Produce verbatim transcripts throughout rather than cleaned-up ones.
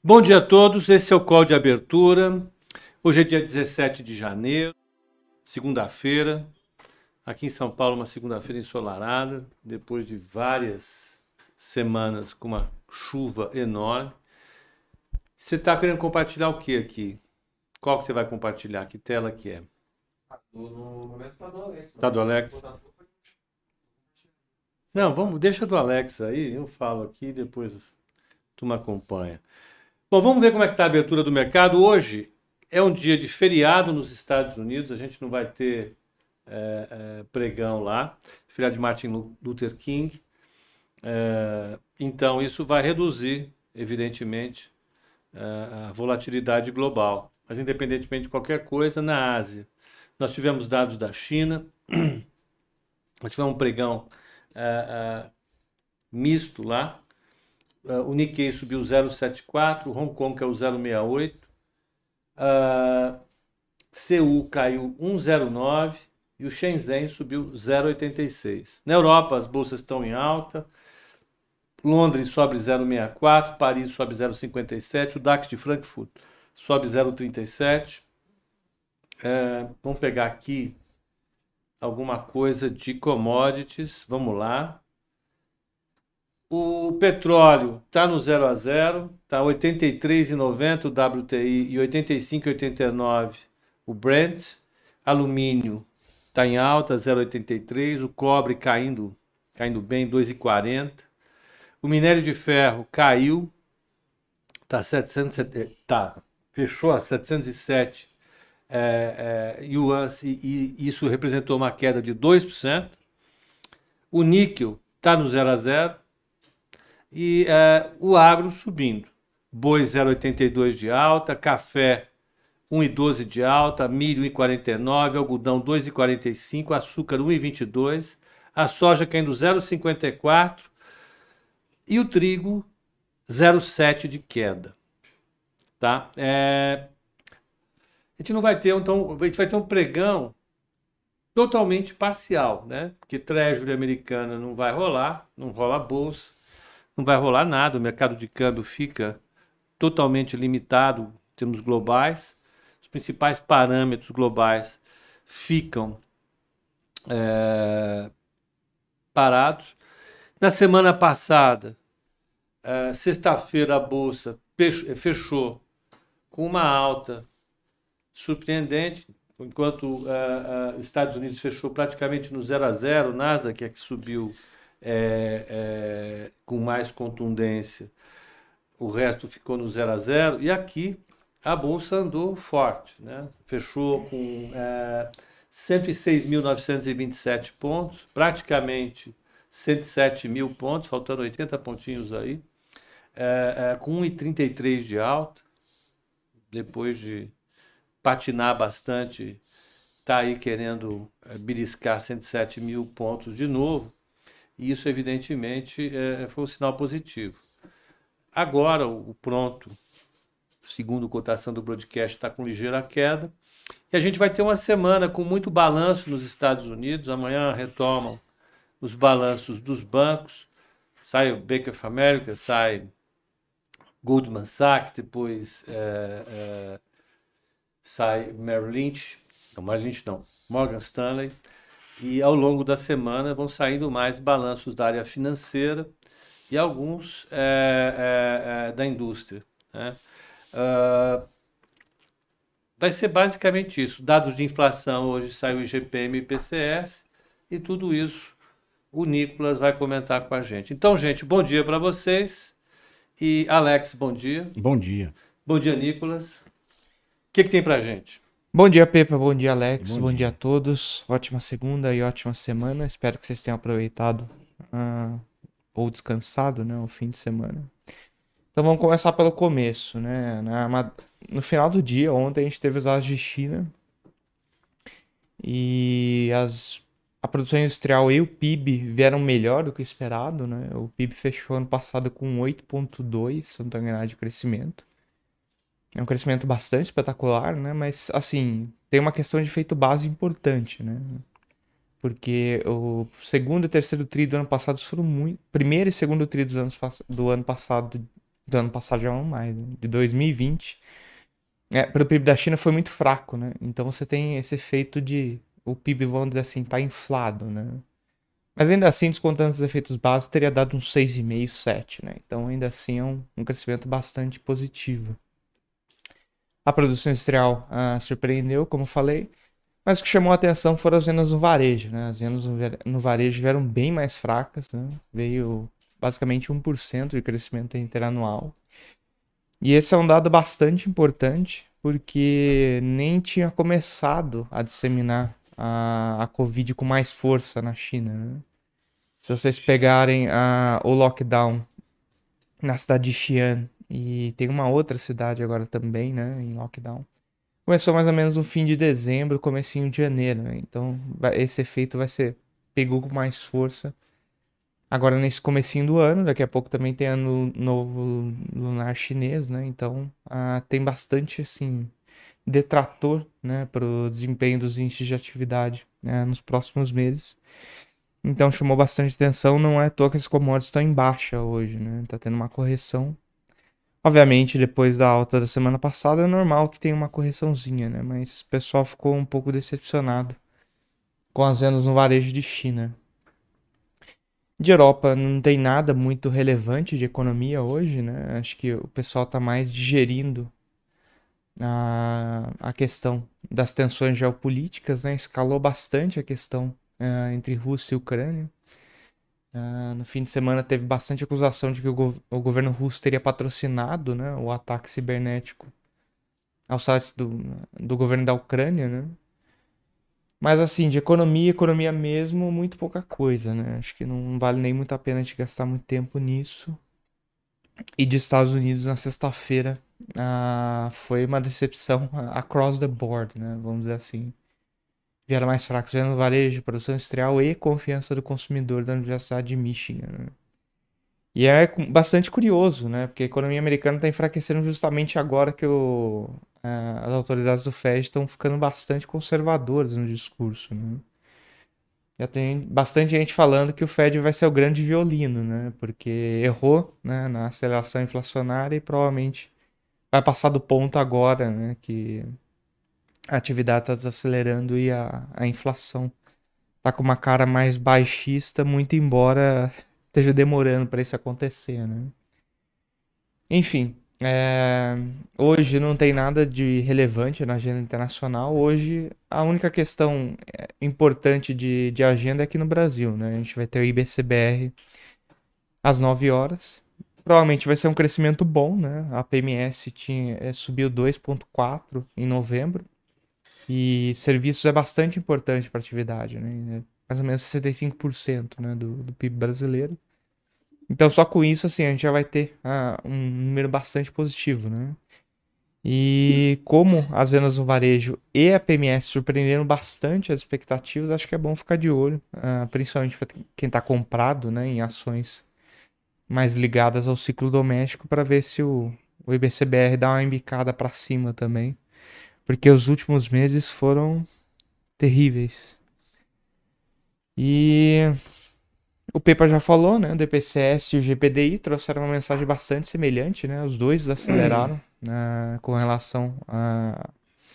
Bom dia a todos, esse é o call de abertura. Hoje é dia dezessete de janeiro, segunda-feira. Aqui em São Paulo, uma segunda-feira ensolarada, depois de várias semanas com uma chuva enorme. Você está querendo compartilhar o que aqui? Qual que você vai compartilhar? Que tela que é? No momento tá do Alex. Tá do Alex? Não, vamos, deixa do Alex aí, eu falo aqui e depois tu me acompanha. Bom, vamos ver como é que está a abertura do mercado. Hoje é um dia de feriado nos Estados Unidos, a gente não vai ter é, é, pregão lá, feriado de Martin Luther King. É, então isso vai reduzir, evidentemente, é, a volatilidade global. Mas independentemente de qualquer coisa, na Ásia, nós tivemos dados da China, nós tivemos um pregão é, é, misto lá. Uh, o Nikkei subiu zero vírgula setenta e quatro, o Hong Kong que é o zero vírgula sessenta e oito, uh, Seul caiu um vírgula zero nove e o Shenzhen subiu zero vírgula oitenta e seis. Na Europa as bolsas estão em alta, Londres sobe zero vírgula sessenta e quatro, Paris sobe zero vírgula cinquenta e sete, o DAX de Frankfurt sobe zero vírgula trinta e sete. Uh, vamos pegar aqui alguma coisa de commodities, vamos lá. O petróleo está no zero a zero, está oitenta e três vírgula noventa o W T I e oitenta e cinco vírgula oitenta e nove o Brent. Alumínio está em alta, zero vírgula oitenta e três, o cobre caindo, caindo bem, dois vírgula quarenta. O minério de ferro caiu, tá setecentos, tá, fechou a setecentos e sete é, é, yuans e, e isso representou uma queda de dois por cento. O níquel está no zero a zero. E é, o agro subindo. Boi zero vírgula oitenta e dois de alta, café um vírgula doze de alta, milho um vírgula quarenta e nove, algodão dois vírgula quarenta e cinco, açúcar um vírgula vinte e dois, a soja caindo zero vírgula cinquenta e quatro e o trigo zero vírgula sete de queda. Tá? É... A gente não vai ter, então, a gente vai ter um pregão totalmente parcial, né? Porque Treasury americana não vai rolar, não rola a bolsa. Não vai rolar nada, o mercado de câmbio fica totalmente limitado em termos globais. Os principais parâmetros globais ficam é, parados. Na semana passada, é, sexta-feira, a Bolsa fechou com uma alta surpreendente, enquanto é, é, Estados Unidos fechou praticamente no zero a zero, o Nasdaq é que subiu É, é, com mais contundência, o resto ficou no zero a zero, e aqui a bolsa andou forte, né? Fechou com é, cento e seis mil novecentos e vinte e sete pontos, praticamente cento e sete mil pontos, faltando oitenta pontinhos aí, é, é, com um vírgula trinta e três de alta, depois de patinar bastante, está aí querendo é, beliscar cento e sete mil pontos de novo. E isso, evidentemente, é, foi um sinal positivo. Agora, o pronto, segundo a cotação do broadcast, está com ligeira queda. E a gente vai ter uma semana com muito balanço nos Estados Unidos. Amanhã retomam os balanços dos bancos. Sai o Bank of America, sai Goldman Sachs, depois é, é, sai Merrill Lynch. Não, Merrill Lynch não, Morgan Stanley. E ao longo da semana vão saindo mais balanços da área financeira e alguns é, é, é, da indústria, né? Uh, vai ser basicamente isso. Dados de inflação, hoje saiu o I G P M e I P C S, e tudo isso o Nicolas vai comentar com a gente. Então, gente, bom dia para vocês. E Alex, bom dia. Bom dia. Bom dia, Nicolas. O que, que tem para a gente? Bom dia, Pepa. Bom dia, Alex. Bom Bom, dia. dia a todos. Ótima segunda e ótima semana. Espero que vocês tenham aproveitado uh, ou descansado, né, o fim de semana. Então vamos começar pelo começo, né? Na, no final do dia, ontem a gente teve os dados de China e as, a produção industrial e o P I B vieram melhor do que o esperado, né? O P I B fechou ano passado com oito vírgula dois, se não estou enganado, de crescimento. É um crescimento bastante espetacular, né? Mas, assim, tem uma questão de efeito base importante, né? Porque o segundo e terceiro tri do ano passado foram muito... Primeiro e segundo tri do ano, do ano passado Do ano passado já vão mais, né? De dois mil e vinte. É, para o P I B da China foi muito fraco, né? Então você tem esse efeito de o P I B, vamos dizer assim, tá inflado, né? Mas ainda assim, descontando os efeitos básicos, teria dado uns seis vírgula cinco, sete, né? Então ainda assim é um, um crescimento bastante positivo. A produção industrial ah, surpreendeu, como falei, mas o que chamou a atenção foram as vendas no varejo, né? As vendas no varejo vieram bem mais fracas, né? Veio basicamente um por cento de crescimento interanual. E esse é um dado bastante importante, porque nem tinha começado a disseminar a, a Covid com mais força na China, né? Se vocês pegarem a, o lockdown na cidade de Xi'an, e tem uma outra cidade agora também, né, em lockdown, começou mais ou menos no fim de dezembro, comecinho de janeiro, né? Então esse efeito vai ser, pegou com mais força agora nesse comecinho do ano. Daqui a pouco também tem ano novo lunar chinês, né? Então ah, tem bastante, assim, detrator, né, para o desempenho dos índices de atividade, né, nos próximos meses. Então chamou bastante atenção. Não é à toa que as commodities estão em baixa hoje, né? Tá tendo uma correção. Obviamente, depois da alta da semana passada, é normal que tenha uma correçãozinha, né? Mas o pessoal ficou um pouco decepcionado com as vendas no varejo de China. De Europa não tem nada muito relevante de economia hoje, né? Acho que o pessoal está mais digerindo a, a questão das tensões geopolíticas, né? Escalou bastante a questão uh, entre Rússia e Ucrânia. Uh, no fim de semana teve bastante acusação de que o, gov o governo russo teria patrocinado, né, o ataque cibernético aos sites do, do governo da Ucrânia, né? Mas assim, de economia, economia mesmo, muito pouca coisa, né? Acho que não vale nem muito a pena a gente gastar muito tempo nisso. E de Estados Unidos na sexta-feira uh, foi uma decepção across the board, né? Vamos dizer assim. Vieram mais fracos vendo varejo, produção industrial e confiança do consumidor da Universidade de Michigan, né? E é bastante curioso, né? Porque a economia americana está enfraquecendo justamente agora que o, uh, as autoridades do Fed estão ficando bastante conservadoras no discurso, né? Já tem bastante gente falando que o Fed vai ser o grande violino, né? Porque errou, né, na aceleração inflacionária e provavelmente vai passar do ponto agora, né? Que a atividade está desacelerando e a, a inflação tá com uma cara mais baixista, muito embora esteja demorando para isso acontecer, né? Enfim, é... hoje não tem nada de relevante na agenda internacional. Hoje a única questão importante de, de agenda é aqui no Brasil, né? A gente vai ter o I B C B R às nove horas. Provavelmente vai ser um crescimento bom, né? A P M S tinha, é, subiu dois vírgula quatro em novembro. E serviços é bastante importante para a atividade, né? É mais ou menos sessenta e cinco por cento, né, do, do P I B brasileiro. Então, só com isso, assim, a gente já vai ter ah, um número bastante positivo, né? E como as vendas no varejo e a P M S surpreenderam bastante as expectativas, acho que é bom ficar de olho, ah, principalmente para quem está comprado, né, em ações mais ligadas ao ciclo doméstico, para ver se o, o I B C B R dá uma embicada para cima também, porque os últimos meses foram terríveis. E o Pepa já falou, né? O D P C S e o G P D I trouxeram uma mensagem bastante semelhante, né? Os dois aceleraram uh, com relação a,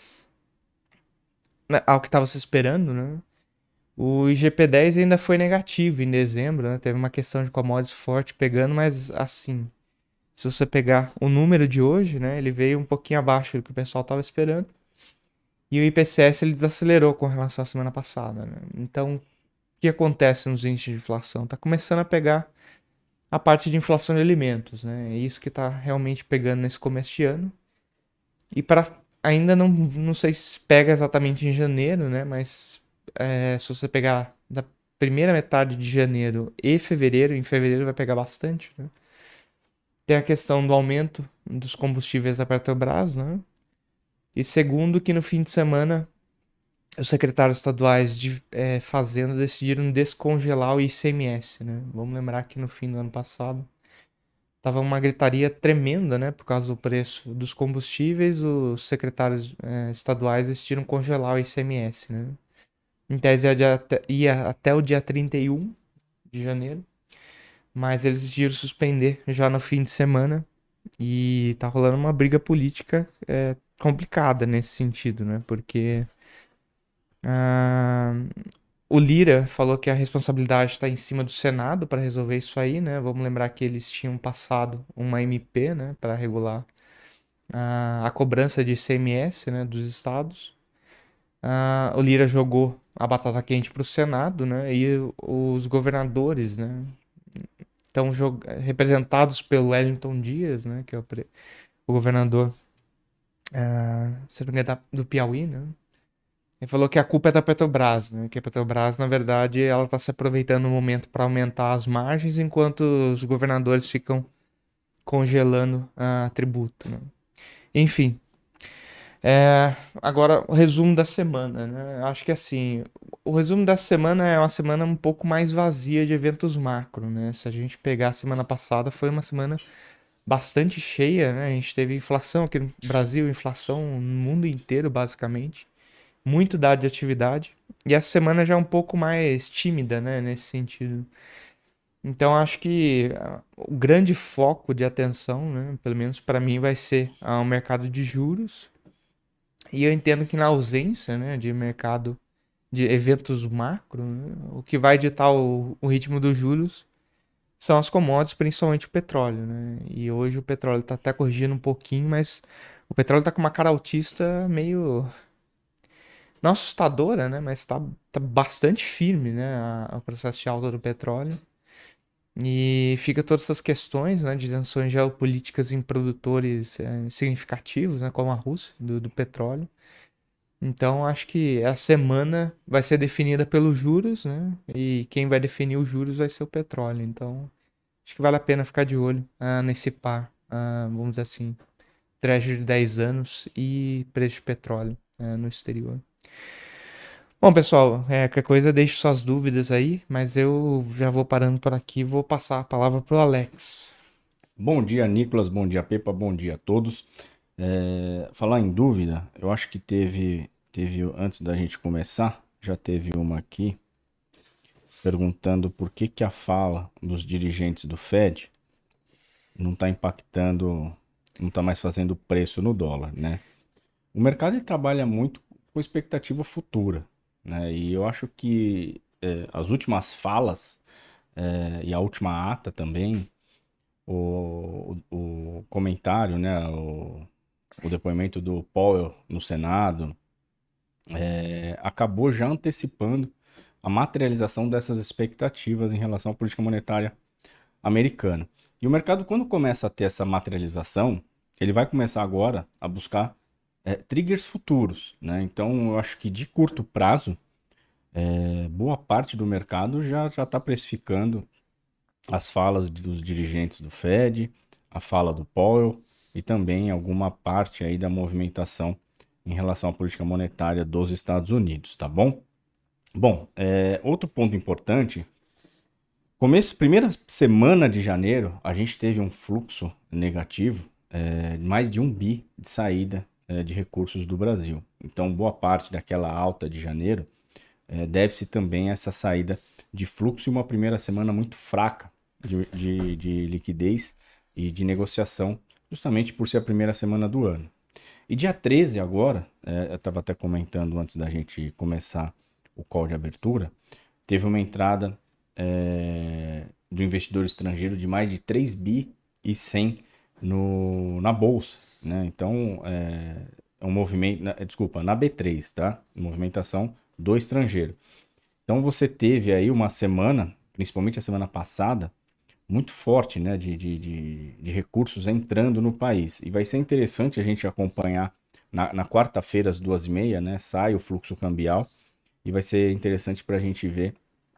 ao que estava se esperando, né? O I G P dez ainda foi negativo em dezembro, né? Teve uma questão de commodities forte pegando, mas assim, se você pegar o número de hoje, né? Ele veio um pouquinho abaixo do que o pessoal estava esperando. E o I P C S ele desacelerou com relação à semana passada, né? Então, o que acontece nos índices de inflação? Está começando a pegar a parte de inflação de alimentos, né? É isso que está realmente pegando nesse começo de ano. E para ainda não, não sei se pega exatamente em janeiro, né? Mas é, se você pegar da primeira metade de janeiro e fevereiro, em fevereiro vai pegar bastante, né? Tem a questão do aumento dos combustíveis da Petrobras, né? E segundo, que no fim de semana os secretários estaduais de é, Fazenda decidiram descongelar o I C M S, né? Vamos lembrar que no fim do ano passado tava uma gritaria tremenda, né? Por causa do preço dos combustíveis, os secretários é, estaduais decidiram congelar o I C M S, né? Em tese ia até, ia até o dia trinta e um de janeiro, mas eles decidiram suspender já no fim de semana. E tá rolando uma briga política é, complicada nesse sentido, né? Porque ah, o Lira falou que a responsabilidade está em cima do Senado para resolver isso aí, né? Vamos lembrar que eles tinham passado uma M P, né, para regular a, a cobrança de I C M S, né, dos estados. Ah, o Lira jogou a batata quente para o Senado, né? E os governadores, né, estão representados pelo Wellington Dias, né, que é o, o governador, ah, se não me engano, do Piauí, né? Ele falou que a culpa é da Petrobras, né? Que a Petrobras, na verdade, ela está se aproveitando do momento para aumentar as margens, enquanto os governadores ficam congelando a tributo, né? Enfim, é, agora o resumo da semana, né? Acho que assim, o resumo da semana é uma semana um pouco mais vazia de eventos macro, né? Se a gente pegar a semana passada, foi uma semana bastante cheia, né? A gente teve inflação aqui no Brasil, inflação no mundo inteiro, basicamente. Muito dado de atividade. E essa semana já é um pouco mais tímida, né? Nesse sentido. Então acho que ah, o grande foco de atenção, né? Pelo menos para mim, vai ser ah, o mercado de juros. E eu entendo que na ausência, né, de mercado de eventos macro, né, o que vai ditar o, o ritmo dos juros são as commodities, principalmente o petróleo, né? E hoje o petróleo está até corrigindo um pouquinho, mas o petróleo está com uma cara altista meio não assustadora, né? Mas está tá bastante firme, né? A, a processo de alta do petróleo. E fica todas essas questões, né, de tensões geopolíticas em produtores é, significativos, né, como a Rússia, do, do petróleo. Então, acho que a semana vai ser definida pelos juros, né? E quem vai definir os juros vai ser o petróleo. Então, acho que vale a pena ficar de olho ah, nesse par, ah, vamos dizer assim, treasury de dez anos e preço de petróleo ah, no exterior. Bom, pessoal, é, qualquer coisa deixe suas dúvidas aí, mas eu já vou parando por aqui e vou passar a palavra pro Alex. Bom dia, Nicolas. Bom dia, Pepa. Bom dia a todos. É, falar em dúvida, eu acho que teve, teve, antes da gente começar, já teve uma aqui perguntando por que que a fala dos dirigentes do Fed não está impactando, não está mais fazendo preço no dólar, né? O mercado ele trabalha muito com expectativa futura, né? E eu acho que é, as últimas falas é, e a última ata também, o, o, o comentário, né? O, o depoimento do Powell no Senado, é, acabou já antecipando a materialização dessas expectativas em relação à política monetária americana. E o mercado, quando começa a ter essa materialização, ele vai começar agora a buscar é, triggers futuros, né? Então, eu acho que de curto prazo, é, boa parte do mercado já já está precificando as falas dos dirigentes do Fed, a fala do Powell e também alguma parte aí da movimentação em relação à política monetária dos Estados Unidos, tá bom? Bom, é, outro ponto importante, começo, primeira semana de janeiro, a gente teve um fluxo negativo, é, mais de um bi de saída é, de recursos do Brasil. Então, boa parte daquela alta de janeiro é, deve-se também a essa saída de fluxo e uma primeira semana muito fraca de, de, de liquidez e de negociação, justamente por ser a primeira semana do ano. E dia treze agora, é, eu estava até comentando antes da gente começar o call de abertura, teve uma entrada é, do investidor estrangeiro de mais de três bi e cem no, na bolsa, né? Então, é, é um movimento, na, desculpa, na B três, tá? Movimentação do estrangeiro. Então, você teve aí uma semana, principalmente a semana passada, muito forte, né, de, de, de, de recursos entrando no país. E vai ser interessante a gente acompanhar na, na quarta-feira, às duas e meia, né, sai o fluxo cambial e vai ser interessante para a gente ver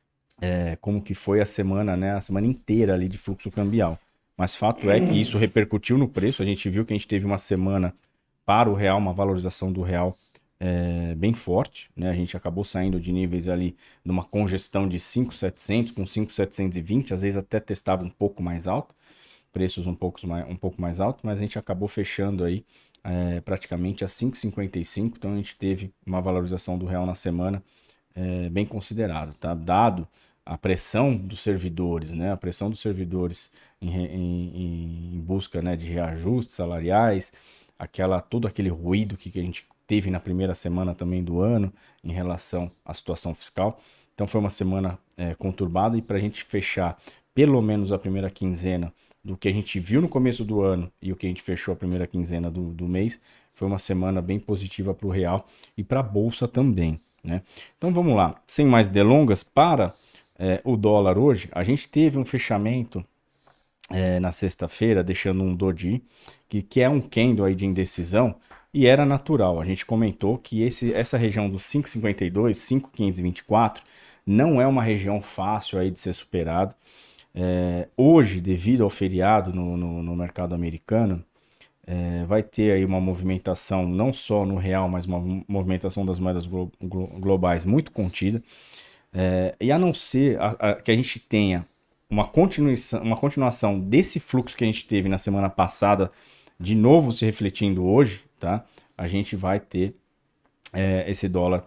é, como que foi a semana, né, a semana inteira ali de fluxo cambial. Mas fato é que isso repercutiu no preço. A gente viu que a gente teve uma semana para o real, uma valorização do real É, bem forte, né? A gente acabou saindo de níveis ali numa congestão de cinco mil e setecentos com cinco mil setecentos e vinte, às vezes até testava um pouco mais alto, preços um pouco mais, um pouco mais altos, mas a gente acabou fechando aí é, praticamente a cinco vírgula cinquenta e cinco, então a gente teve uma valorização do real na semana é, bem considerado, tá? Dado a pressão dos servidores, né? A pressão dos servidores em, em, em busca, né, de reajustes salariais, aquela, todo aquele ruído que, que a gente teve na primeira semana também do ano em relação à situação fiscal. Então foi uma semana é, conturbada, e para a gente fechar pelo menos a primeira quinzena do que a gente viu no começo do ano e o que a gente fechou a primeira quinzena do, do mês, foi uma semana bem positiva para o real e para a bolsa também, né? Então vamos lá, sem mais delongas, para é, o dólar hoje, a gente teve um fechamento é, na sexta-feira, deixando um doji, que, que é um candle aí de indecisão, e era natural. A gente comentou que esse, essa região dos cinco vírgula cinquenta e dois, cinco mil quinhentos e vinte e quatro não é uma região fácil aí de ser superado. É, hoje, devido ao feriado no, no, no mercado americano, é, vai ter aí uma movimentação não só no real, mas uma movimentação das moedas glo glo globais muito contida. É, e a não ser a, a, que a gente tenha uma continuação, uma continuação desse fluxo que a gente teve na semana passada, de novo se refletindo hoje, tá? A gente vai ter é, esse dólar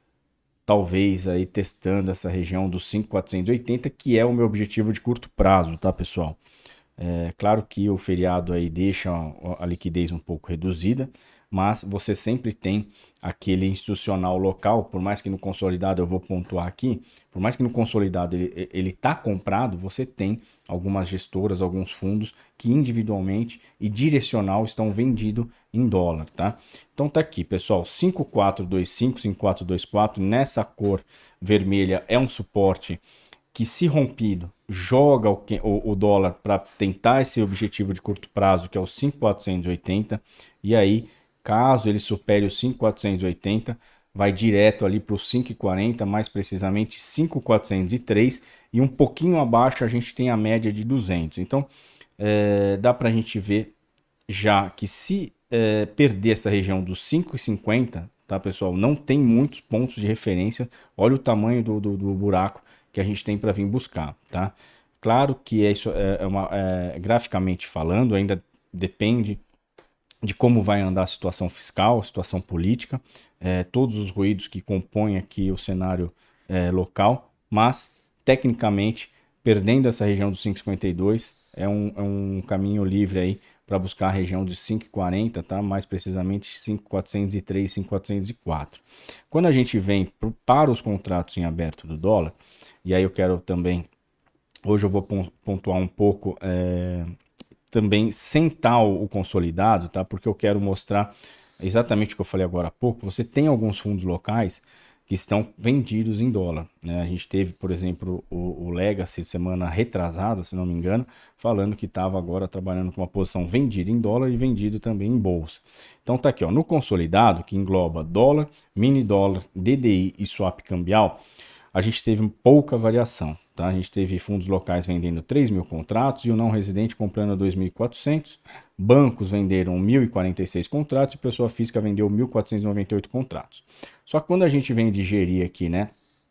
talvez aí testando essa região dos cinco mil quatrocentos e oitenta, que é o meu objetivo de curto prazo, tá, pessoal? É claro que o feriado aí deixa a liquidez um pouco reduzida, mas você sempre tem aquele institucional local, por mais que no consolidado, eu vou pontuar aqui, por mais que no consolidado ele ele tá comprado, você tem algumas gestoras, alguns fundos que individualmente e direcional estão vendidos em dólar, tá? Então tá aqui, pessoal, cinco quatro dois cinco, cinco quatro dois quatro, nessa cor vermelha é um suporte que, se rompido, joga o, o, o dólar para tentar esse objetivo de curto prazo, que é o cinco mil quatrocentos e oitenta, e aí, caso ele supere os cinco mil quatrocentos e oitenta, vai direto ali para os cinco mil e quarenta, mais precisamente cinco mil quatrocentos e três, e um pouquinho abaixo a gente tem a média de duzentos. Então, é, dá para a gente ver já que se é, perder essa região dos cinco mil e cinquenta, tá, pessoal, não tem muitos pontos de referência. Olha o tamanho do, do, do buraco que a gente tem para vir buscar, tá? Claro que é isso, é uma, é, graficamente falando, ainda depende de como vai andar a situação fiscal, a situação política, é, todos os ruídos que compõem aqui o cenário é, local, mas tecnicamente, perdendo essa região dos cinco vírgula cinquenta e dois, é um, é um caminho livre aí para buscar a região de cinco mil e quarenta, tá? Mais precisamente cinco mil quatrocentos e três, cinco mil quatrocentos e quatro. Quando a gente vem pro, para os contratos em aberto do dólar, e aí eu quero também, hoje eu vou pontuar um pouco é, também sem tal o consolidado, tá? Porque eu quero mostrar exatamente o que eu falei agora há pouco. Você tem alguns fundos locais que estão vendidos em dólar, né? A gente teve, por exemplo, o, o Legacy semana retrasada, se não me engano, falando que estava agora trabalhando com uma posição vendida em dólar e vendido também em bolsa. Então tá aqui, ó, no consolidado, que engloba dólar, mini dólar, D D I e swap cambial, a gente teve pouca variação, tá? A gente teve fundos locais vendendo três mil contratos e o não residente comprando dois mil e quatrocentos. Bancos venderam mil e quarenta e seis contratos e pessoa física vendeu mil quatrocentos e noventa e oito contratos. Só que quando a gente vem digerir aqui, né,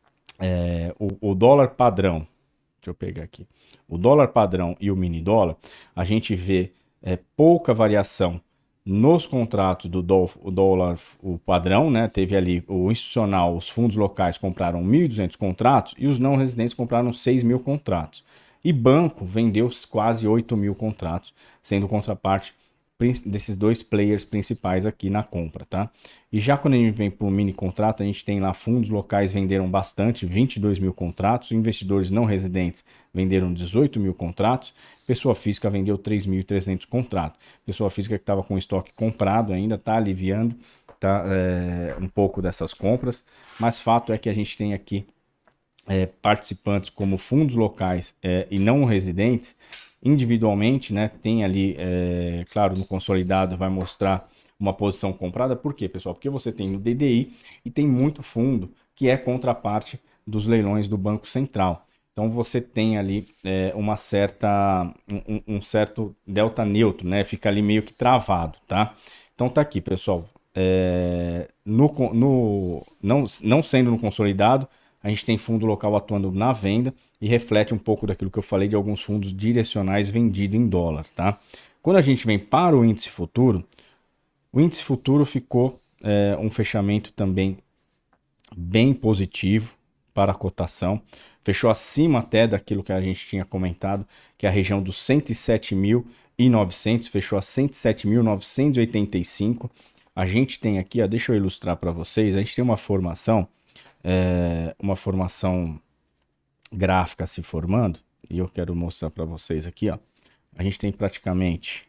é, o, o dólar padrão, deixa eu pegar aqui, o dólar padrão e o mini dólar, a gente vê é, pouca variação nos contratos do dólar, o padrão, né? Teve ali o institucional, os fundos locais compraram mil e duzentos contratos e os não residentes compraram seis mil contratos. E banco vendeu quase oito mil contratos, sendo contraparte desses dois players principais aqui na compra, tá? E já quando a gente vem para o mini contrato, a gente tem lá fundos locais venderam bastante, vinte e dois mil contratos, investidores não residentes venderam dezoito mil contratos, pessoa física vendeu três mil e trezentos contratos. Pessoa física que estava com estoque comprado ainda está aliviando tá, é, um pouco dessas compras, mas fato é que a gente tem aqui é, participantes como fundos locais é, e não residentes, individualmente, né, tem ali, é, claro, no consolidado vai mostrar uma posição comprada. Por quê, pessoal? Porque você tem no D D I e tem muito fundo que é contraparte dos leilões do Banco Central. Então você tem ali é, uma certa, um, um certo delta neutro, né? Fica ali meio que travado, tá? Então tá aqui, pessoal. É, no, no, não, não sendo no consolidado, a gente tem fundo local atuando na venda e reflete um pouco daquilo que eu falei de alguns fundos direcionais vendidos em dólar, tá? Quando a gente vem para o índice futuro, o índice futuro ficou é, um fechamento também bem positivo, para a cotação. Fechou acima até daquilo que a gente tinha comentado, que é a região dos cento e sete mil e novecentos, fechou a cento e sete mil novecentos e oitenta e cinco. A gente tem aqui, ó, deixa eu ilustrar para vocês, a gente tem uma formação, é, uma formação gráfica se formando, e eu quero mostrar para vocês aqui, ó. A gente tem praticamente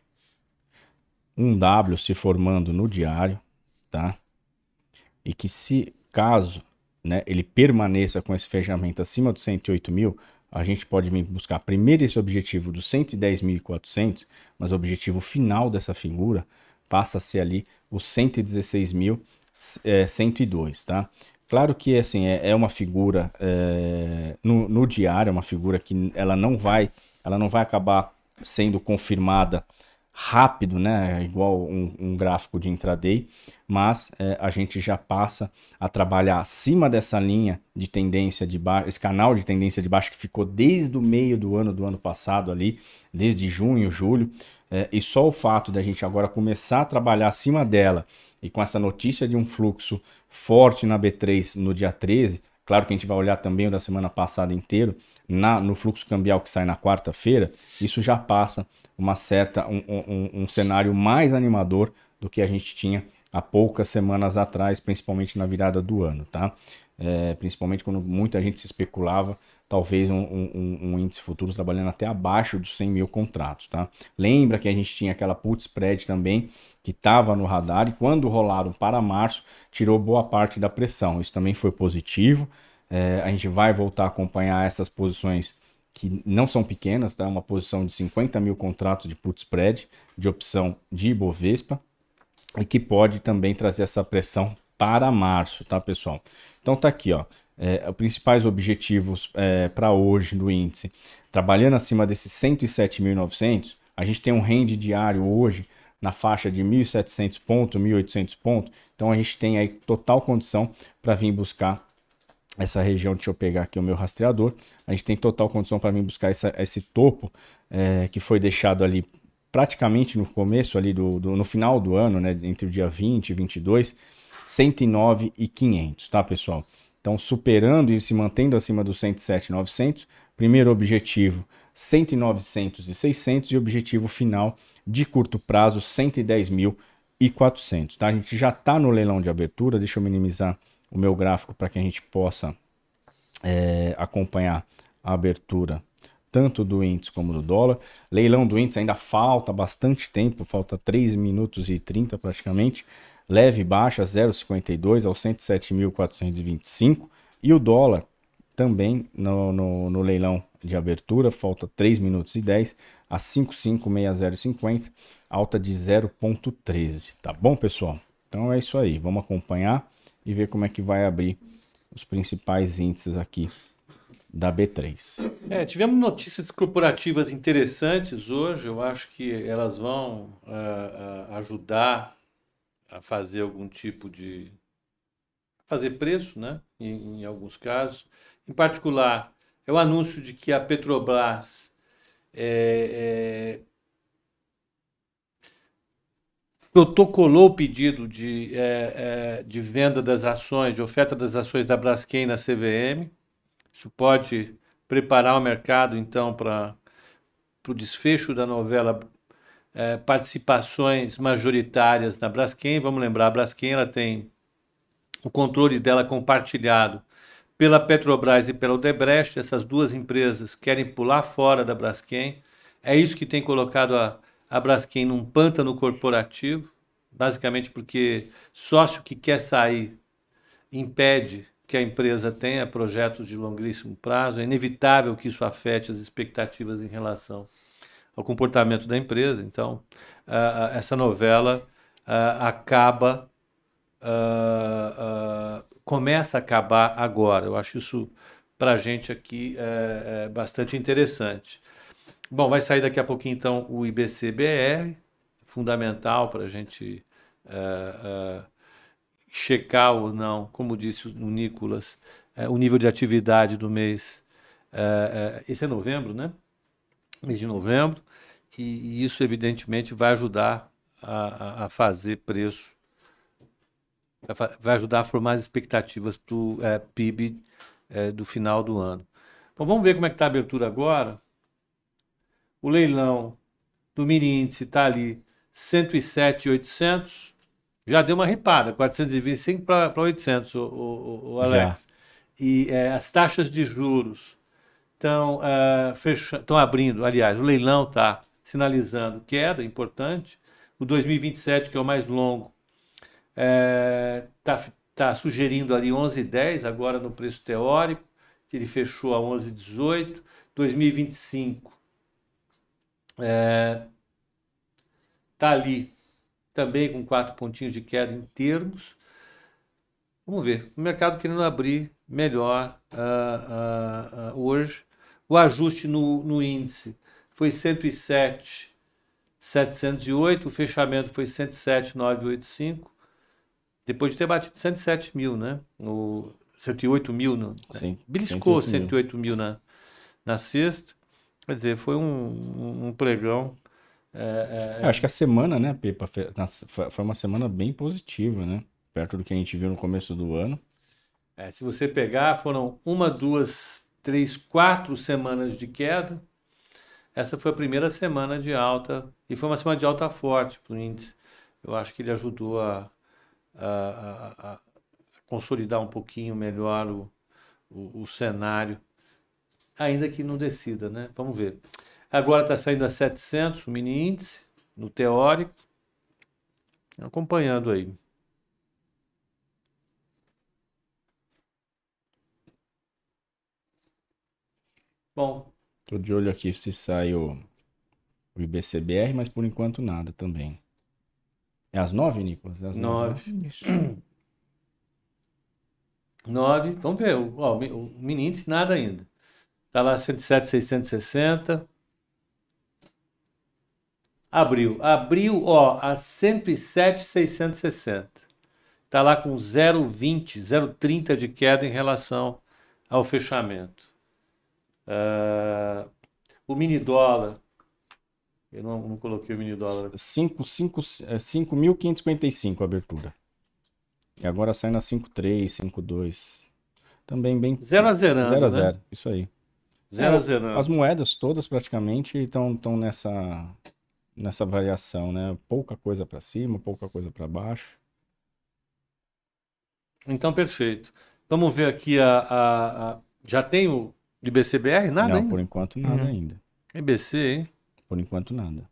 um W se formando no diário, tá? E que se caso, né, ele permaneça com esse fechamento acima dos cento e oito mil, a gente pode vir buscar primeiro esse objetivo dos cento e dez mil e quatrocentos, mas o objetivo final dessa figura passa a ser ali os cento e dezesseis mil e cento e dois, tá? Claro que assim, é, é uma figura é, no, no diário, é uma figura que ela não vai, ela não vai acabar sendo confirmada rápido, né? Igual um, um gráfico de intraday, mas é, a gente já passa a trabalhar acima dessa linha de tendência de baixo, esse canal de tendência de baixo que ficou desde o meio do ano do ano passado ali, desde junho, julho, é, e só o fato da gente agora começar a trabalhar acima dela e com essa notícia de um fluxo forte na B três no dia treze, claro que a gente vai olhar também o da semana passada inteiro, na, no fluxo cambial que sai na quarta-feira, isso já passa uma certa, um, um, um cenário mais animador do que a gente tinha há poucas semanas atrás, principalmente na virada do ano, tá? É, principalmente quando muita gente se especulava, talvez um, um, um índice futuro trabalhando até abaixo dos cem mil contratos, tá? Lembra que a gente tinha aquela put spread também, que estava no radar, e quando rolaram para março, tirou boa parte da pressão. Isso também foi positivo. É, a gente vai voltar a acompanhar essas posições que não são pequenas, tá? Uma posição de cinquenta mil contratos de put spread, de opção de Ibovespa, e que pode também trazer essa pressão para março, tá, pessoal? Então tá aqui, ó, é, os principais objetivos é, para hoje do índice, trabalhando acima desses cento e sete mil e novecentos, a gente tem um range diário hoje na faixa de mil e setecentos pontos, mil e oitocentos pontos, então a gente tem aí total condição para vir buscar essa região. Deixa eu pegar aqui o meu rastreador, a gente tem total condição para vir buscar essa, esse topo é, que foi deixado ali praticamente no começo ali do, do no final do ano, né, entre o dia vinte e vinte e dois, cento e nove mil e quinhentos, tá, pessoal? Então, superando e se mantendo acima dos cento e sete mil e novecentos, primeiro objetivo cento e nove mil e seiscentos e objetivo final de curto prazo cento e dez mil e quatrocentos, tá? A gente já está no leilão de abertura, deixa eu minimizar o meu gráfico para que a gente possa é, acompanhar a abertura tanto do índice como do dólar. Leilão do índice ainda falta bastante tempo, falta três minutos e trinta praticamente. Leve baixa zero vírgula cinquenta e dois aos cento e sete mil quatrocentos e vinte e cinco. E o dólar também no, no, no leilão de abertura, falta três minutos e dez a cinco mil quinhentos e sessenta e cinquenta, alta de zero vírgula treze. Tá bom, pessoal? Então é isso aí. Vamos acompanhar e ver como é que vai abrir os principais índices aqui da B três. É, tivemos notícias corporativas interessantes hoje. Eu acho que elas vão uh, uh, ajudar a fazer algum tipo de fazer preço, né? Em, em alguns casos. Em particular, é o anúncio de que a Petrobras é, é, protocolou o pedido de, é, é, de venda das ações, de oferta das ações da Braskem na C V M. Isso pode preparar o mercado, então, para o desfecho da novela é, participações majoritárias na Braskem. Vamos lembrar, a Braskem ela tem o controle dela compartilhado pela Petrobras e pela Odebrecht. Essas duas empresas querem pular fora da Braskem. É isso que tem colocado a, a Braskem num pântano corporativo, basicamente porque sócio que quer sair impede que a empresa tenha projetos de longuíssimo prazo. É inevitável que isso afete as expectativas em relação ao comportamento da empresa. Então, uh, essa novela uh, acaba, uh, uh, começa a acabar agora. Eu acho isso, para a gente aqui, é, é bastante interessante. Bom, vai sair daqui a pouquinho, então, o I B C B R, fundamental para a gente uh, uh, checar ou não, como disse o Nicolas, uh, o nível de atividade do mês. Uh, uh, esse é novembro, né? Mês de novembro, e, e isso evidentemente vai ajudar a, a fazer preço, vai ajudar a formar as expectativas para o é, P I B é, do final do ano. Bom, vamos ver como é que está a abertura agora. O leilão do mini índice está ali cento e sete mil e oitocentos. Já deu uma ripada, quatrocentos e vinte e cinco para oitocentos, o, o, o Alex. Já. E é, as taxas de juros estão uh, fecha... abrindo, aliás, o leilão está sinalizando queda importante. O dois mil e vinte e sete, que é o mais longo, está é, tá, tá sugerindo ali onze e dez agora no preço teórico, que ele fechou a onze e dezoito. dois mil e vinte e cinco está é, ali também com quatro pontinhos de queda em termos. Vamos ver. O mercado querendo abrir melhor uh, uh, uh, hoje. O ajuste no, no índice foi cento e sete mil setecentos e oito, o fechamento foi cento e sete mil novecentos e oitenta e cinco. Depois de ter batido cento e sete mil, né? No cento e oito mil, no, Sim, beliscou cento e oito mil na, na sexta. Quer dizer, foi um, um pregão. É, é... Eu acho que a semana, né, Pepa, foi uma semana bem positiva, né? Perto do que a gente viu no começo do ano. É, se você pegar, foram uma, duas, três, quatro semanas de queda. Essa foi a primeira semana de alta, e foi uma semana de alta forte para o índice. Eu acho que ele ajudou a, a, a, a consolidar um pouquinho melhor o, o, o cenário, ainda que não decida, né? Vamos ver. Agora está saindo a setecentos, o mini índice, no teórico. Acompanhando aí. Bom. Tô de olho aqui se sai o, o I B C B R, mas por enquanto nada também. É às nove, Nicolas? É às nove. nove. Isso. nove. Vamos ver. Ó, o mini índice nada ainda. Está lá cento e sete mil seiscentos e sessenta. Abriu. Abriu, ó, a cento e sete mil seiscentos e sessenta. Está lá com zero vírgula vinte, zero vírgula trinta de queda em relação ao fechamento. Uh, o mini dólar, eu não, não coloquei o mini dólar. cinco mil quinhentos e cinquenta e cinco a abertura. E agora sai na cinco vírgula três, cinco vírgula dois. Também bem... Zero a zero, Zero a zero, né? Isso aí. Zero é, a zero. As moedas todas praticamente estão nessa, nessa variação, né? Pouca coisa para cima, pouca coisa para baixo. Então, perfeito. Vamos ver aqui a... a, a... Já tem o I B C B R? Nada Não, ainda? por enquanto nada uhum. ainda. I B C, hein? Por enquanto nada.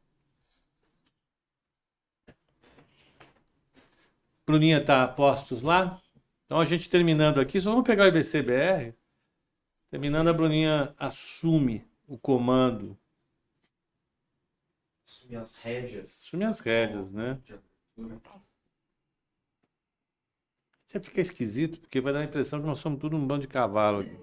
Bruninha está a postos lá. Então a gente terminando aqui, só vamos pegar o I B C B R. Terminando, a Bruninha assume o comando. Assume as rédeas. Assume as rédeas, né? Você fica esquisito, porque vai dar a impressão que nós somos tudo um bando de cavalo aqui.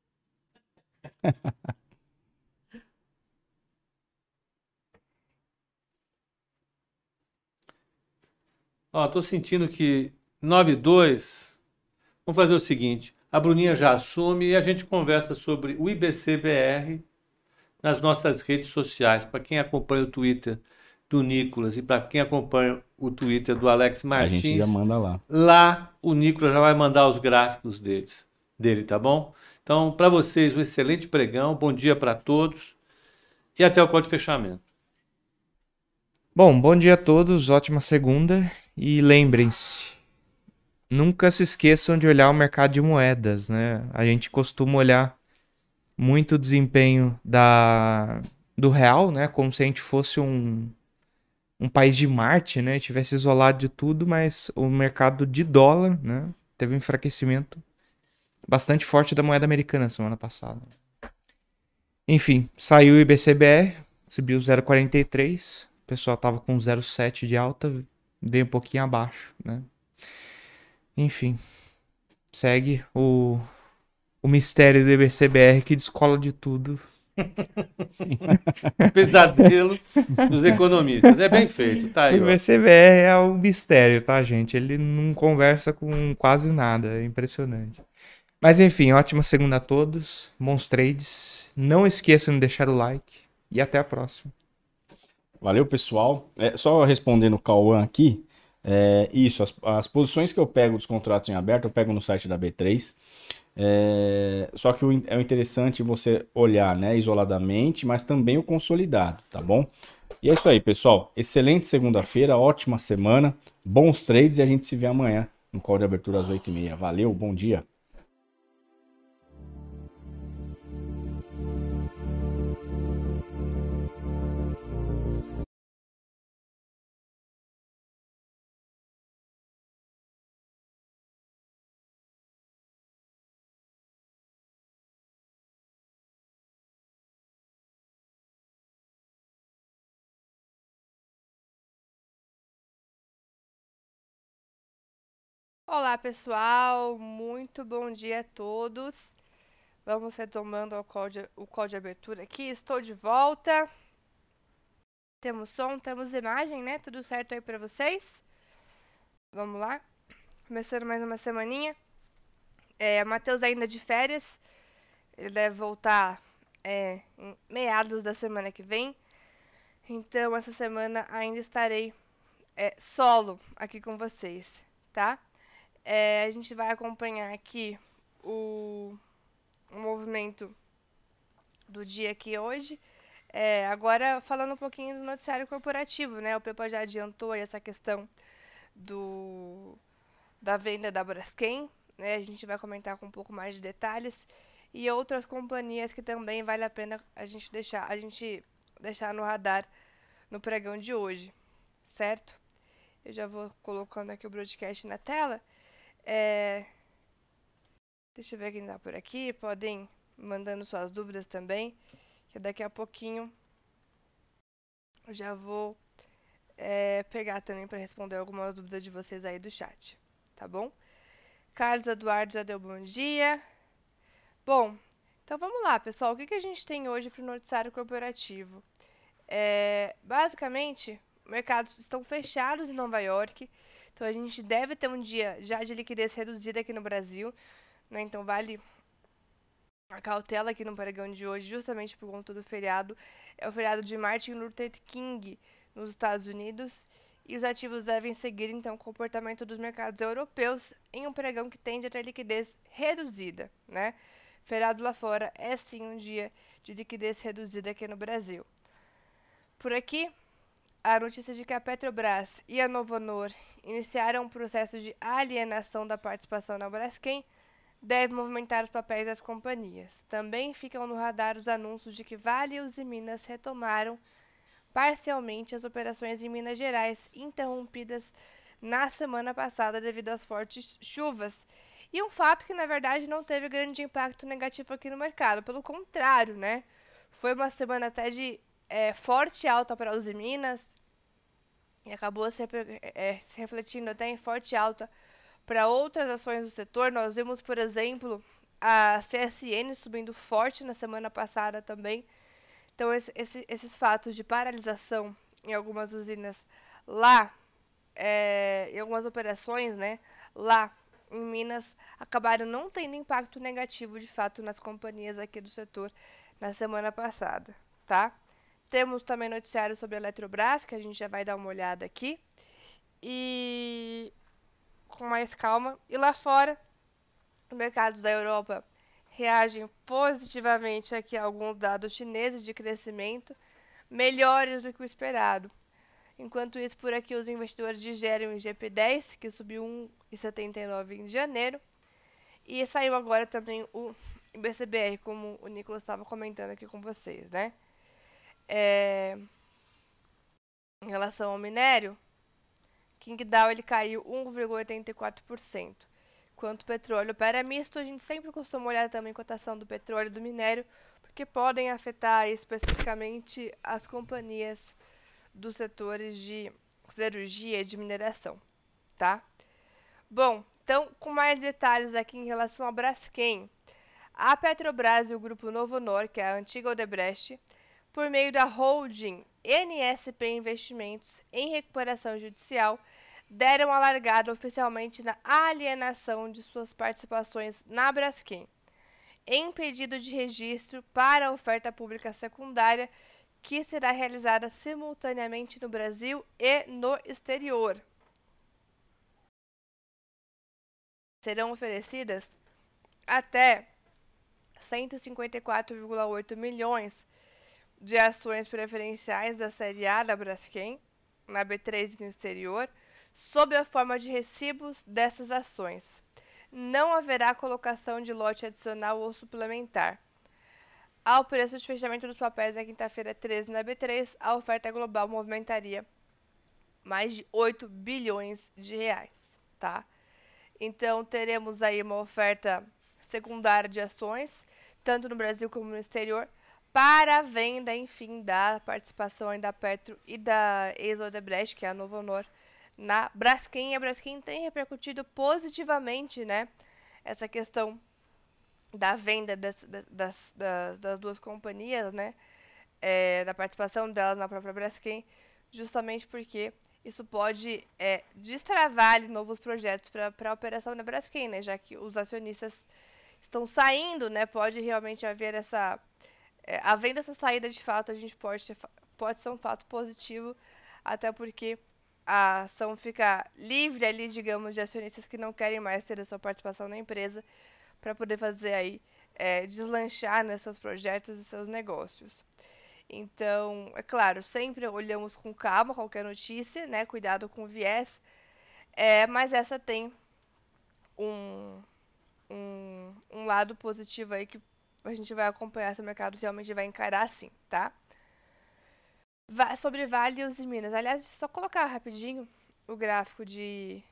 Ó, tô sentindo que nove e dois. Vamos fazer o seguinte: a Bruninha já assume e a gente conversa sobre o I B C B R nas nossas redes sociais. Para quem acompanha o Twitter do Nicolas e para quem acompanha o Twitter do Alex Martins, a gente já manda lá. Lá o Nicolas já vai mandar os gráficos deles, dele, tá bom? Então, para vocês, um excelente pregão, bom dia para todos e até o código de fechamento. Bom, bom dia a todos, ótima segunda e lembrem-se, nunca se esqueçam de olhar o mercado de moedas, né? A gente costuma olhar muito o desempenho da, do real, né? Como se a gente fosse um, um país de Marte, né? Tivesse isolado de tudo, mas o mercado de dólar, né? Teve um enfraquecimento bastante forte da moeda americana semana passada. Enfim, saiu o I B C B R, subiu zero vírgula quarenta e três. O pessoal tava com zero vírgula sete de alta, veio um pouquinho abaixo, né? Enfim, segue o, o mistério do I B C B R que descola de tudo. Pesadelo dos economistas. É bem feito, tá aí. O I B C B R é um mistério, tá, gente? Ele não conversa com quase nada, é impressionante. Mas enfim, ótima segunda a todos, bons trades. Não esqueçam de deixar o like e até a próxima. Valeu, pessoal. É, só respondendo o Cauã aqui, É, isso, as, as posições que eu pego dos contratos em aberto, eu pego no site da B três. É, só que o, in- é interessante você olhar, né, isoladamente, mas também o consolidado, tá bom? E é isso aí, pessoal. Excelente segunda-feira, ótima semana, bons trades e a gente se vê amanhã no call de abertura às oito e meia. Valeu, bom dia. Olá, pessoal, muito bom dia a todos. Vamos retomando o call de, o call de abertura aqui. Estou de volta. Temos som, temos imagem, né? Tudo certo aí para vocês? Vamos lá. Começando mais uma semaninha. É, Matheus ainda de férias. Ele deve voltar é, em meados da semana que vem. Então, essa semana ainda estarei é, solo aqui com vocês, tá? É, a gente vai acompanhar aqui o, o movimento do dia aqui hoje. É, agora, falando um pouquinho do noticiário corporativo, né? O Pepa já adiantou aí essa questão do, da venda da Braskem, né? A gente vai comentar com um pouco mais de detalhes. E outras companhias que também vale a pena a gente deixar, a gente deixar no radar no pregão de hoje, certo? Eu já vou colocando aqui o broadcast na tela. É, deixa eu ver quem tá por aqui. Podem mandando suas dúvidas também, que daqui a pouquinho eu já vou é, pegar também para responder algumas dúvidas de vocês aí do chat, tá bom? Carlos Eduardo já deu bom dia. Bom, então vamos lá, pessoal. O que, que a gente tem hoje para o noticiário corporativo? É, basicamente, mercados estão fechados em Nova York, então a gente deve ter um dia já de liquidez reduzida aqui no Brasil, né? Então vale a cautela aqui no pregão de hoje, justamente por conta do feriado. É o feriado de Martin Luther King nos Estados Unidos. E os ativos devem seguir, então, o comportamento dos mercados europeus em um pregão que tende a ter liquidez reduzida, né? Feriado lá fora é sim um dia de liquidez reduzida aqui no Brasil. Por aqui, a notícia de que a Petrobras e a Novonor iniciaram um processo de alienação da participação na Braskem deve movimentar os papéis das companhias. Também ficam no radar os anúncios de que Vale e Usiminas retomaram parcialmente as operações em Minas Gerais, interrompidas na semana passada devido às fortes chuvas. E um fato que, na verdade, não teve grande impacto negativo aqui no mercado. Pelo contrário, né? Foi uma semana até de é, forte alta para Usiminas e acabou se, é, se refletindo até em forte alta para outras ações do setor. Nós vimos, por exemplo, a C S N subindo forte na semana passada também. Então, esse, esse, esses fatos de paralisação em algumas usinas lá, é, em algumas operações, né, lá em Minas, acabaram não tendo impacto negativo, de fato, nas companhias aqui do setor na semana passada, tá? Temos também noticiário sobre a Eletrobras, que a gente já vai dar uma olhada aqui. E com mais calma. E lá fora, os mercados da Europa reagem positivamente aqui a alguns dados chineses de crescimento, melhores do que o esperado. Enquanto isso, por aqui, os investidores digerem o I G P dez, que subiu um vírgula setenta e nove em janeiro. E saiu agora também o I B C B R, como o Nicolas estava comentando aqui com vocês, né? É... Em relação ao minério, Qingdao ele caiu um vírgula oitenta e quatro por cento. Quanto o petróleo para misto, a gente sempre costuma olhar também a cotação do petróleo e do minério, porque podem afetar especificamente as companhias dos setores de siderurgia e de mineração, tá? Bom, então, com mais detalhes aqui em relação à Braskem, a Petrobras e o grupo Novonor, que é a antiga Odebrecht, por meio da holding N S P Investimentos em recuperação judicial, deram a largada oficialmente na alienação de suas participações na Braskem, em pedido de registro para a oferta pública secundária, que será realizada simultaneamente no Brasil e no exterior. serão oferecidas até cento e cinquenta e quatro vírgula oito milhões de ações preferenciais da Série A da Braskem, na B três e no exterior, sob a forma de recibos dessas ações. Não haverá colocação de lote adicional ou suplementar. Ao preço de fechamento dos papéis na quinta-feira treze na B três, a oferta global movimentaria mais de oito bilhões de reais, tá? Então teremos aí uma oferta secundária de ações, tanto no Brasil como no exterior, para a venda, enfim, da participação aí da Petro e da ex-Odebrecht, que é a Novo Honor, na Braskem. A Braskem tem repercutido positivamente, né, essa questão da venda das, das, das, das duas companhias, né, é, da participação delas na própria Braskem, justamente porque isso pode é, destravar ali, novos projetos para a operação da Braskem, né, já que os acionistas estão saindo, né, pode realmente haver essa... É, havendo essa saída de fato, a gente pode, ter, pode ser um fato positivo, até porque a ação fica livre ali, digamos, de acionistas que não querem mais ter a sua participação na empresa, para poder fazer aí, é, deslanchar nesses seus projetos e seus negócios. Então, é claro, sempre olhamos com calma qualquer notícia, né? Cuidado com o viés. É, mas essa tem um, um, um lado positivo aí que a gente vai acompanhar se o mercado realmente vai encarar assim, tá? Va sobre Vale e Minas. Aliás, deixa eu só colocar rapidinho o gráfico de,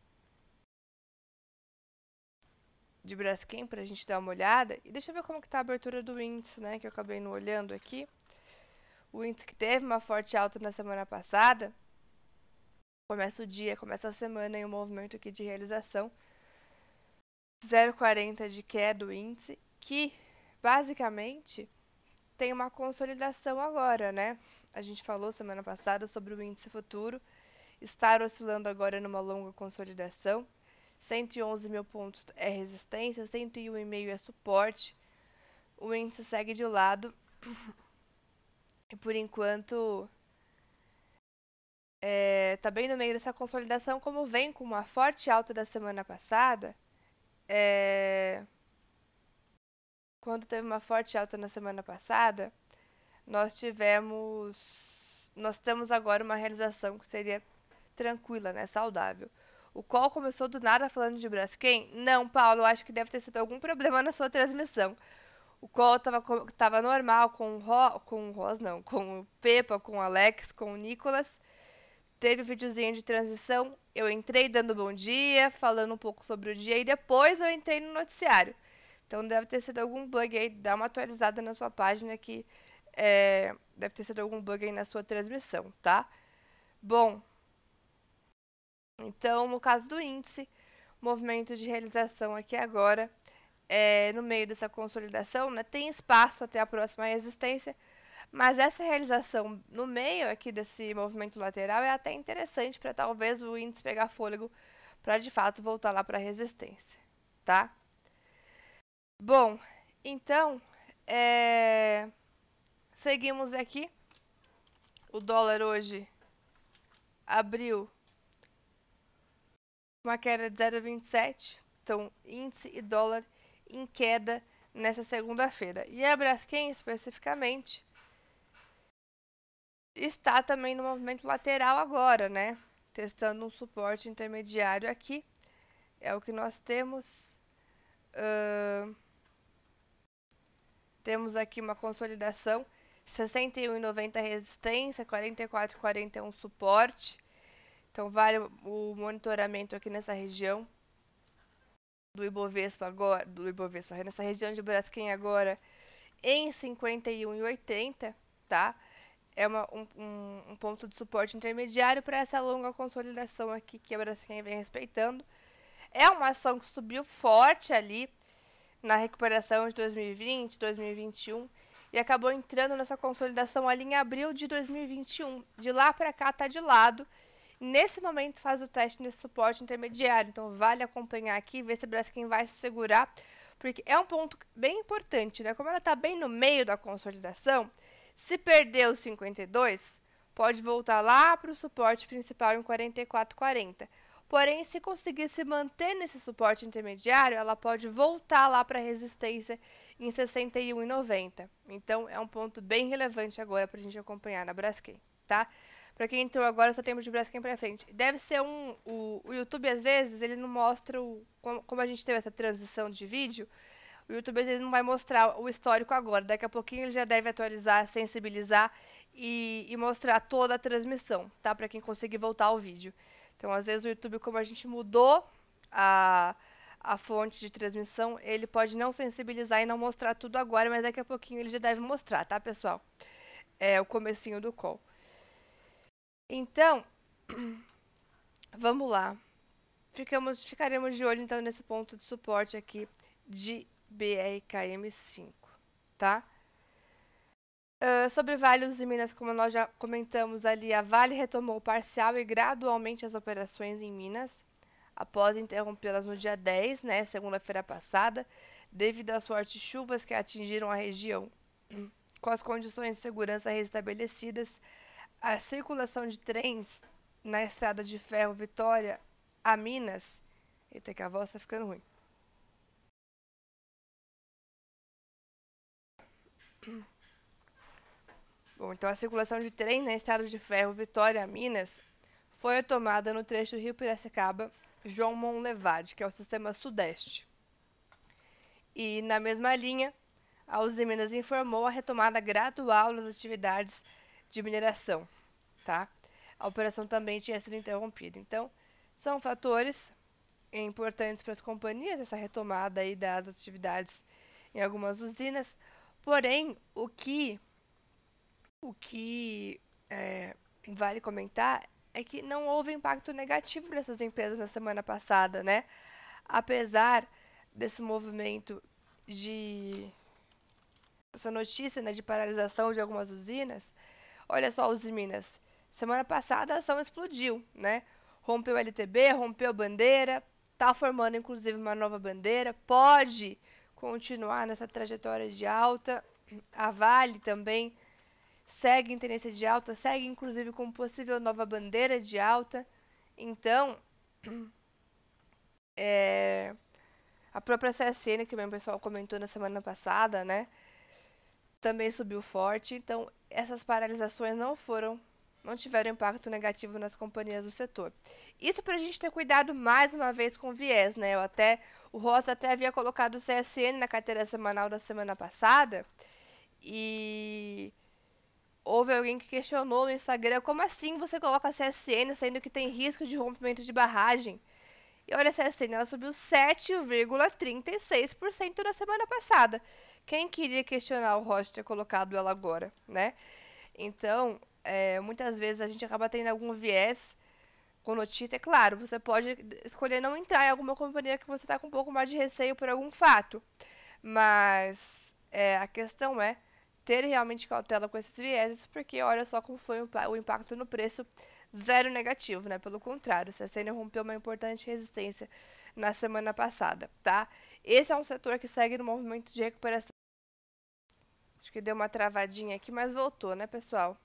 de Braskem pra gente dar uma olhada. E deixa eu ver como que tá a abertura do índice, né? Que eu acabei não olhando aqui. O índice que teve uma forte alta na semana passada. Começa o dia, começa a semana em um movimento aqui de realização. zero vírgula quarenta de queda do índice, que basicamente tem uma consolidação agora, né? A gente falou semana passada sobre o índice futuro estar oscilando agora numa longa consolidação. cento e onze mil pontos é resistência, cento e um vírgula cinco é suporte. O índice segue de lado. E por enquanto é, tá bem no meio dessa consolidação, como vem com uma forte alta da semana passada. É, quando teve uma forte alta na semana passada, nós tivemos, nós temos agora uma realização que seria tranquila, né, saudável. O call começou do nada falando de Braskem? Não, Paulo, eu acho que deve ter sido algum problema na sua transmissão. O call tava, tava normal com o Ro, com o Ros, não, com o Pepa, com o Alex, com o Nicolas. Teve um videozinho de transição, eu entrei dando bom dia, falando um pouco sobre o dia, e depois eu entrei no noticiário. Então deve ter sido algum bug aí, dá uma atualizada na sua página que é, deve ter sido algum bug aí na sua transmissão, tá? Bom, então no caso do índice, movimento de realização aqui agora, é, no meio dessa consolidação, né, tem espaço até a próxima resistência, mas essa realização no meio aqui desse movimento lateral é até interessante para talvez o índice pegar fôlego para de fato voltar lá para a resistência, tá? Bom, então, é... seguimos aqui. O dólar hoje abriu uma queda de zero vírgula vinte e sete. Então, índice e dólar em queda nessa segunda-feira. E a Braskem, especificamente, está também no movimento lateral agora, né? Testando um suporte intermediário aqui. É o que nós temos. Uh... Temos aqui uma consolidação. sessenta e um vírgula noventa resistência, quarenta e quatro vírgula quarenta é um suporte. Então vale o monitoramento aqui nessa região do Ibovespa agora, do Ibovespa, nessa região de Braskem agora em cinquenta e um vírgula oitenta, tá? É uma, um, um, um ponto de suporte intermediário para essa longa consolidação aqui que a Braskem vem respeitando. É uma ação que subiu forte ali na recuperação de dois mil e vinte, dois mil e vinte e um e acabou entrando nessa consolidação ali em abril de dois mil e vinte e um. De lá para cá tá de lado. Nesse momento faz o teste nesse suporte intermediário, então vale acompanhar aqui, ver se a Braskem vai se segurar, porque é um ponto bem importante, né? Como ela tá bem no meio da consolidação, se perder os cinquenta e dois, pode voltar lá para o suporte principal em quarenta e quatro vírgula quarenta. Porém, se conseguir se manter nesse suporte intermediário, ela pode voltar lá para a resistência em sessenta e um e noventa. Então, é um ponto bem relevante agora para a gente acompanhar na Braskem, tá? Para quem entrou agora, só temos de Braskem para frente. Deve ser um... O, o YouTube, às vezes, ele não mostra o... Como, como a gente teve essa transição de vídeo, o YouTube, às vezes, não vai mostrar o histórico agora. Daqui a pouquinho ele já deve atualizar, sensibilizar e, e mostrar toda a transmissão, tá? Para quem conseguir voltar ao vídeo. Então, às vezes, o YouTube, como a gente mudou a, a fonte de transmissão, ele pode não sensibilizar e não mostrar tudo agora, mas daqui a pouquinho ele já deve mostrar, tá, pessoal? É o comecinho do call. Então, vamos lá. Ficamos, ficaremos de olho, então, nesse ponto de suporte aqui de B R K M cinco, tá? Uh, sobre Vale e Minas, como nós já comentamos ali, a Vale retomou parcial e gradualmente as operações em Minas, após interrompê-las no dia dez, né, segunda-feira passada, devido às fortes chuvas que atingiram a região. Com as condições de segurança restabelecidas, a circulação de trens na estrada de ferro Vitória a Minas... Eita, que a voz tá ficando ruim. Bom, então a circulação de trem na estrada de ferro Vitória a Minas foi retomada no trecho Rio Piracicaba, João Monlevade, que é o sistema sudeste. E na mesma linha, a Uzi Minas informou a retomada gradual das atividades de mineração, tá? A operação também tinha sido interrompida. Então, são fatores importantes para as companhias, essa retomada aí das atividades em algumas usinas. Porém, o que, o que é, vale comentar é que não houve impacto negativo nessas empresas na semana passada, né? Apesar desse movimento de... essa notícia, né, de paralisação de algumas usinas, olha só, Uzi Minas, semana passada a ação explodiu, né? Rompeu L T B, rompeu bandeira, tá formando inclusive uma nova bandeira, pode continuar nessa trajetória de alta. A Vale também segue em tendência de alta, segue inclusive com possível nova bandeira de alta. Então, é, a própria C S N, que o pessoal comentou na semana passada, né, também subiu forte. Então, essas paralisações não foram, não tiveram impacto negativo nas companhias do setor. Isso para a gente ter cuidado mais uma vez com viés, né? Eu até, o Rosa até havia colocado o C S N na carteira semanal da semana passada e houve alguém que questionou no Instagram como assim você coloca C S N sendo que tem risco de rompimento de barragem. E olha, a C S N ela subiu sete vírgula trinta e seis por cento na semana passada. Quem queria questionar o Rocha ter colocado ela agora, né? Então, é, muitas vezes a gente acaba tendo algum viés com notícia. É claro, você pode escolher não entrar em alguma companhia que você está com um pouco mais de receio por algum fato. Mas é, a questão é ter realmente cautela com esses vieses, porque olha só como foi o impacto no preço, zero negativo, né? Pelo contrário, a C S N rompeu uma importante resistência na semana passada, tá? Esse é um setor que segue no movimento de recuperação. Acho que deu uma travadinha aqui, mas voltou, né, pessoal?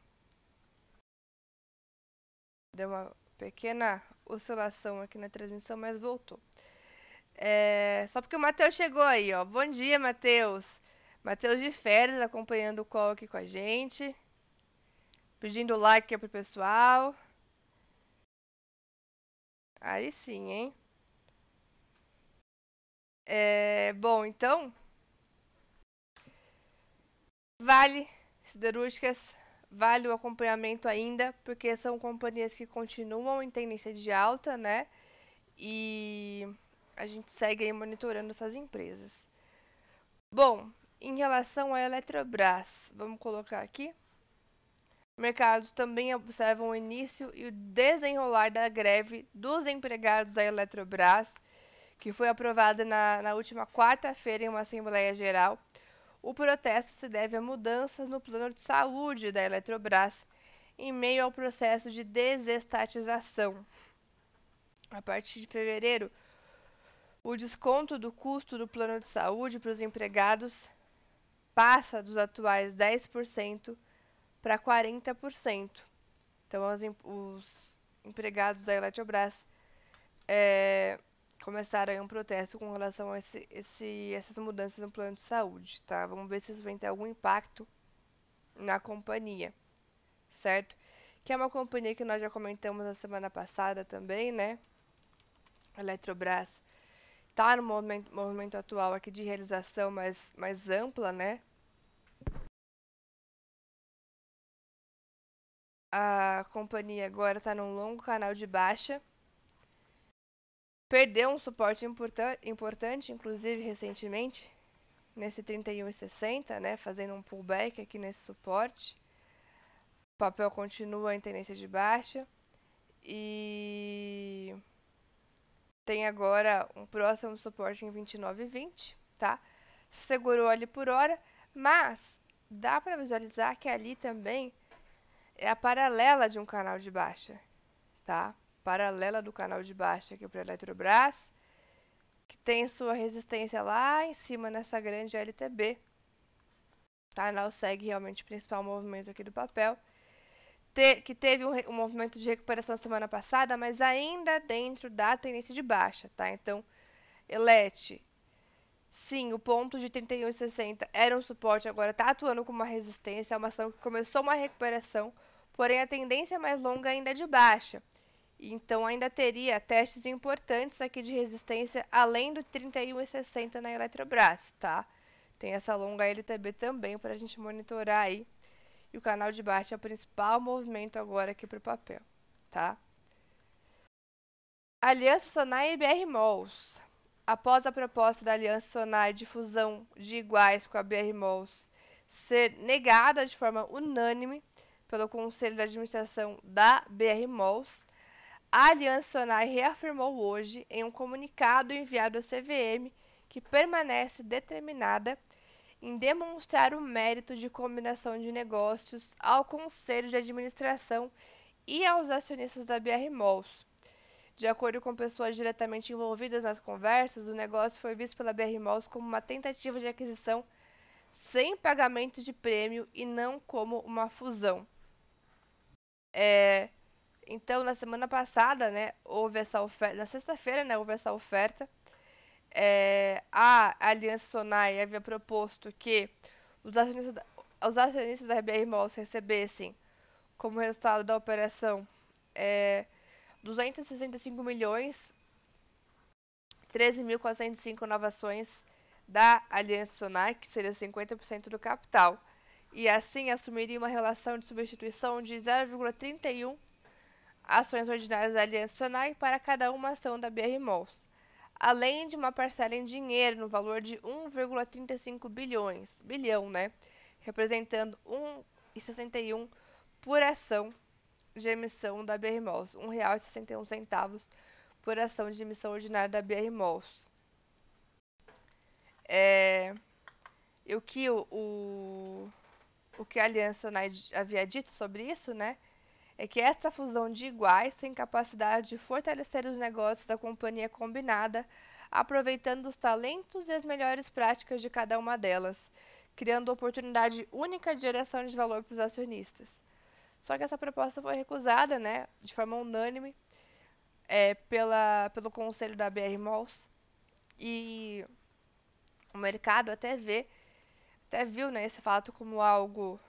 Deu uma pequena oscilação aqui na transmissão, mas voltou. É, só porque o Matheus chegou aí, ó. Bom dia, Matheus. Matheus de férias acompanhando o call aqui com a gente. Pedindo like aqui pro pessoal. Aí sim, hein? É, bom, então... Vale Siderúrgicas, vale o acompanhamento ainda, porque são companhias que continuam em tendência de alta, né? E a gente segue aí monitorando essas empresas. Bom, em relação à Eletrobras, vamos colocar aqui. Mercados também observam o início e o desenrolar da greve dos empregados da Eletrobras, que foi aprovada na, na última quarta-feira em uma Assembleia Geral. O protesto se deve a mudanças no plano de saúde da Eletrobras, em meio ao processo de desestatização. A partir de fevereiro, o desconto do custo do plano de saúde para os empregados passa dos atuais dez por cento para quarenta por cento. Então, as, os empregados da Eletrobras é, começaram aí um protesto com relação a esse, esse, essas mudanças no plano de saúde, tá? Vamos ver se isso vai ter algum impacto na companhia, certo? Que é uma companhia que nós já comentamos na semana passada também, né? A Eletrobras está no movimento, movimento atual aqui de realização mais, mais ampla, né? A companhia agora está num longo canal de baixa. Perdeu um suporte importan importante, inclusive recentemente, nesse trinta e um e sessenta, né? Fazendo um pullback aqui nesse suporte. O papel continua em tendência de baixa. E tem agora um próximo suporte em vinte e nove e vinte, tá? Segurou ali por hora, mas dá para visualizar que ali também é a paralela de um canal de baixa, tá? Paralela do canal de baixa aqui para a Eletrobras, que tem sua resistência lá em cima nessa grande L T B, tá? Ela segue realmente o principal movimento aqui do papel, te, que teve um, um movimento de recuperação semana passada, mas ainda dentro da tendência de baixa, tá? Então, Elete, sim, o ponto de trinta e um e sessenta era um suporte, agora está atuando como uma resistência, é uma ação que começou uma recuperação, porém a tendência mais longa ainda é de baixa. Então ainda teria testes importantes aqui de resistência além do trinta e um e sessenta na Eletrobras, tá? Tem essa longa L T B também para a gente monitorar aí. E o canal de baixa é o principal movimento agora aqui para o papel, tá? Aliança Sonai e B R Malls. Após a proposta da Aliança Sonai de fusão de iguais com a B R Malls ser negada de forma unânime pelo Conselho de Administração da B R Malls, a Aliança Sonai reafirmou hoje, em um comunicado enviado à C V M, que permanece determinada em demonstrar o mérito de combinação de negócios ao Conselho de Administração e aos acionistas da B R Malls. De acordo com pessoas diretamente envolvidas nas conversas, o negócio foi visto pela B R Malls como uma tentativa de aquisição sem pagamento de prêmio e não como uma fusão. É, então, na semana passada, né, houve essa oferta, na sexta-feira, né, houve essa oferta. É, a Aliança Sonai havia proposto que os acionistas, da, os acionistas da B R Malls recebessem, como resultado da operação, é, duzentos e sessenta e cinco milhões, treze mil quatrocentos e cinco inovações da Aliança Sonai, que seria cinquenta por cento do capital, e assim assumiria uma relação de substituição de zero vírgula trinta e um ações ordinárias da Aliança Sonai para cada uma ação da B R Malls, além de uma parcela em dinheiro no valor de um vírgula trinta e cinco bilhões, bilhão, né, representando um real e sessenta e um por ação de emissão da B R Malls, um real e sessenta e um centavos por ação de emissão ordinária da B R Malls. É, e o que o, o, o que a Aliança Sonai havia dito sobre isso, né, é que essa fusão de iguais tem capacidade de fortalecer os negócios da companhia combinada, aproveitando os talentos e as melhores práticas de cada uma delas, criando oportunidade única de geração de valor para os acionistas. Só que essa proposta foi recusada, né, de forma unânime, é, pela, pelo conselho da B R Malls, e o mercado até vê, até viu, né, esse fato como algo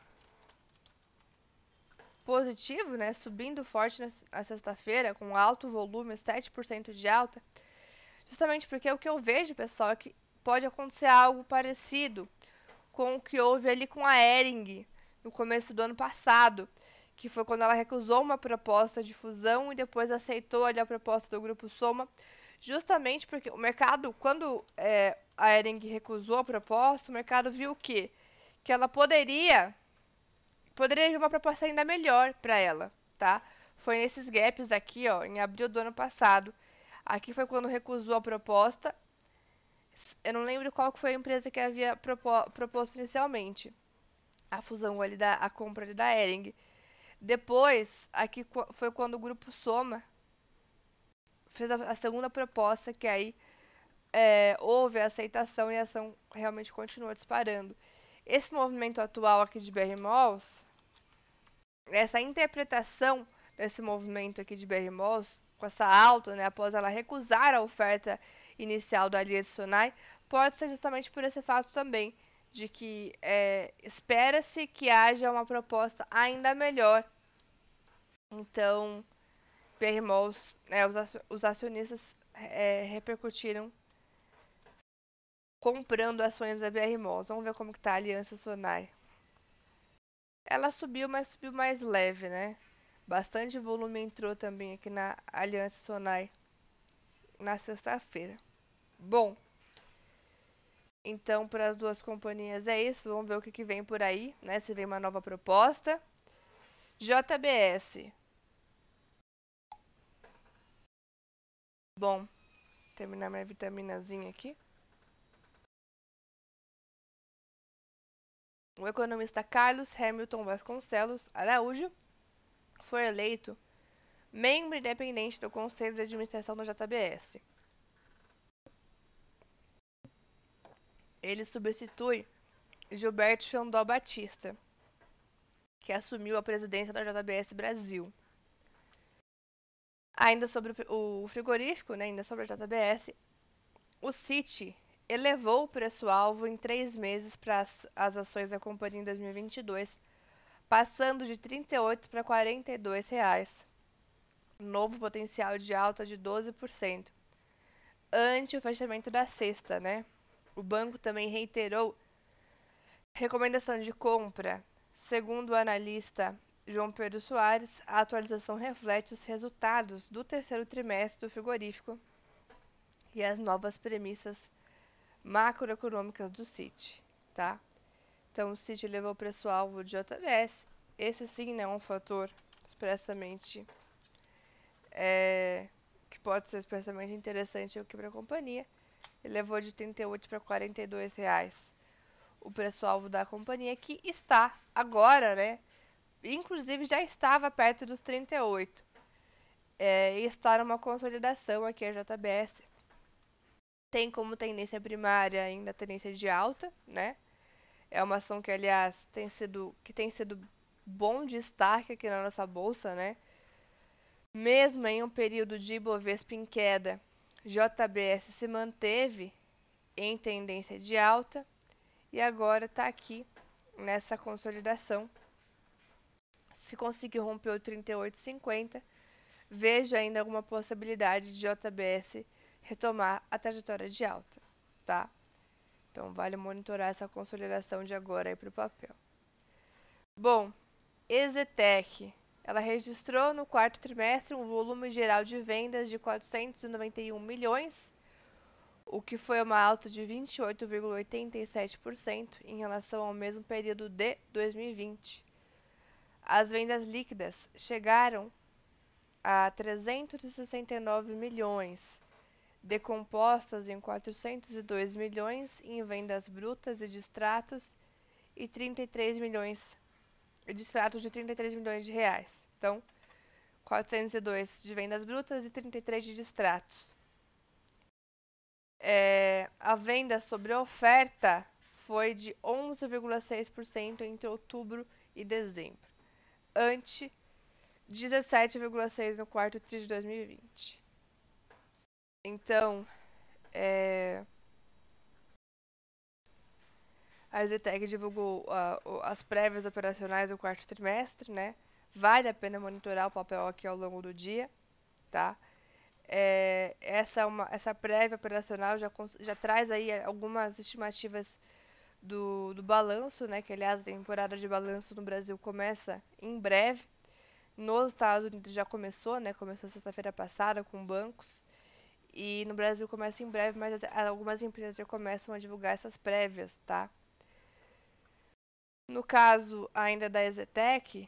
positivo, né, subindo forte na sexta-feira, com alto volume, sete por cento de alta, justamente porque o que eu vejo, pessoal, é que pode acontecer algo parecido com o que houve ali com a Hering no começo do ano passado, que foi quando ela recusou uma proposta de fusão e depois aceitou ali a proposta do Grupo Soma, justamente porque o mercado, quando é, a Hering recusou a proposta, o mercado viu o quê? Que ela poderia, poderia vir uma proposta ainda melhor para ela, tá? Foi nesses gaps aqui, ó, em abril do ano passado. Aqui foi quando recusou a proposta. Eu não lembro qual foi a empresa que havia propo, proposto inicialmente a fusão ali da, a compra ali da Hering. Depois, aqui foi quando o Grupo Soma fez a, a segunda proposta, que aí é, houve a aceitação e a ação realmente continuou disparando. Esse movimento atual aqui de B R Malls, essa interpretação desse movimento aqui de B R Malls, com essa alta, né, após ela recusar a oferta inicial da Aliança Sonai, pode ser justamente por esse fato também, de que é, espera-se que haja uma proposta ainda melhor. Então, B R Malls, né, os, os acionistas é, repercutiram comprando ações da B R Malls. Vamos ver como que tá a Aliança Sonai. Ela subiu, mas subiu mais leve, né? Bastante volume entrou também aqui na Aliança Sonai na sexta-feira. Bom, então para as duas companhias é isso. Vamos ver o que, que vem por aí, né? Se vem uma nova proposta. J B S. Bom, terminar minha vitaminazinha aqui. O economista Carlos Hamilton Vasconcelos Araújo foi eleito membro independente do Conselho de Administração da J B S. Ele substitui Gilberto Xandó Batista, que assumiu a presidência da J B S Brasil. Ainda sobre o frigorífico, né, ainda sobre a J B S, o Citi elevou o preço-alvo em três meses para as, as ações da companhia em dois mil e vinte e dois, passando de trinta e oito para quarenta e dois reais. Novo potencial de alta de doze por cento. Ante o fechamento da sexta, né? O banco também reiterou recomendação de compra. Segundo o analista João Pedro Soares, a atualização reflete os resultados do terceiro trimestre do frigorífico e as novas premissas macroeconômicas do Citi, tá? Então, o Citi levou o preço-alvo de J B S. Esse sim, né, é um fator expressamente é, que pode ser expressamente interessante aqui para a companhia. Ele levou de trinta e oito para quarenta e dois reais o preço-alvo da companhia, que está agora, né? Inclusive já estava perto dos trinta e oito. É, e está numa consolidação aqui a J B S. Tem como tendência primária ainda a tendência de alta, né? É uma ação que, aliás, tem sido, que tem sido bom destaque aqui na nossa bolsa, né? Mesmo em um período de Ibovespa em queda, J B S se manteve em tendência de alta e agora está aqui nessa consolidação. Se conseguir romper o trinta e oito e cinquenta, vejo ainda alguma possibilidade de J B S retomar a trajetória de alta, tá? Então vale monitorar essa consolidação de agora aí para o papel. Bom, EZTEC, ela registrou no quarto trimestre um volume geral de vendas de quatrocentos e noventa e um milhões, o que foi uma alta de vinte e oito vírgula oitenta e sete por cento em relação ao mesmo período de dois mil e vinte. As vendas líquidas chegaram a trezentos e sessenta e nove milhões, decompostas em quatrocentos e dois milhões em vendas brutas e distratos e trinta e três milhões distratos de trinta e três milhões de reais. Então, quatrocentos e dois de vendas brutas e trinta e três de distratos. É, a venda sobre oferta foi de onze vírgula seis por cento entre outubro e dezembro, ante dezessete vírgula seis por cento no quarto trimestre de dois mil e vinte. Então, é, a EZTEC divulgou uh, as prévias operacionais do quarto trimestre, né? Vale a pena monitorar o papel aqui ao longo do dia, tá? É, essa, é uma, essa prévia operacional já, já traz aí algumas estimativas do, do balanço, né? Que, aliás, a temporada de balanço no Brasil começa em breve. Nos Estados Unidos já começou, né? Começou sexta-feira passada com bancos. E no Brasil começa em breve, mas algumas empresas já começam a divulgar essas prévias, tá? No caso ainda da EZTEC,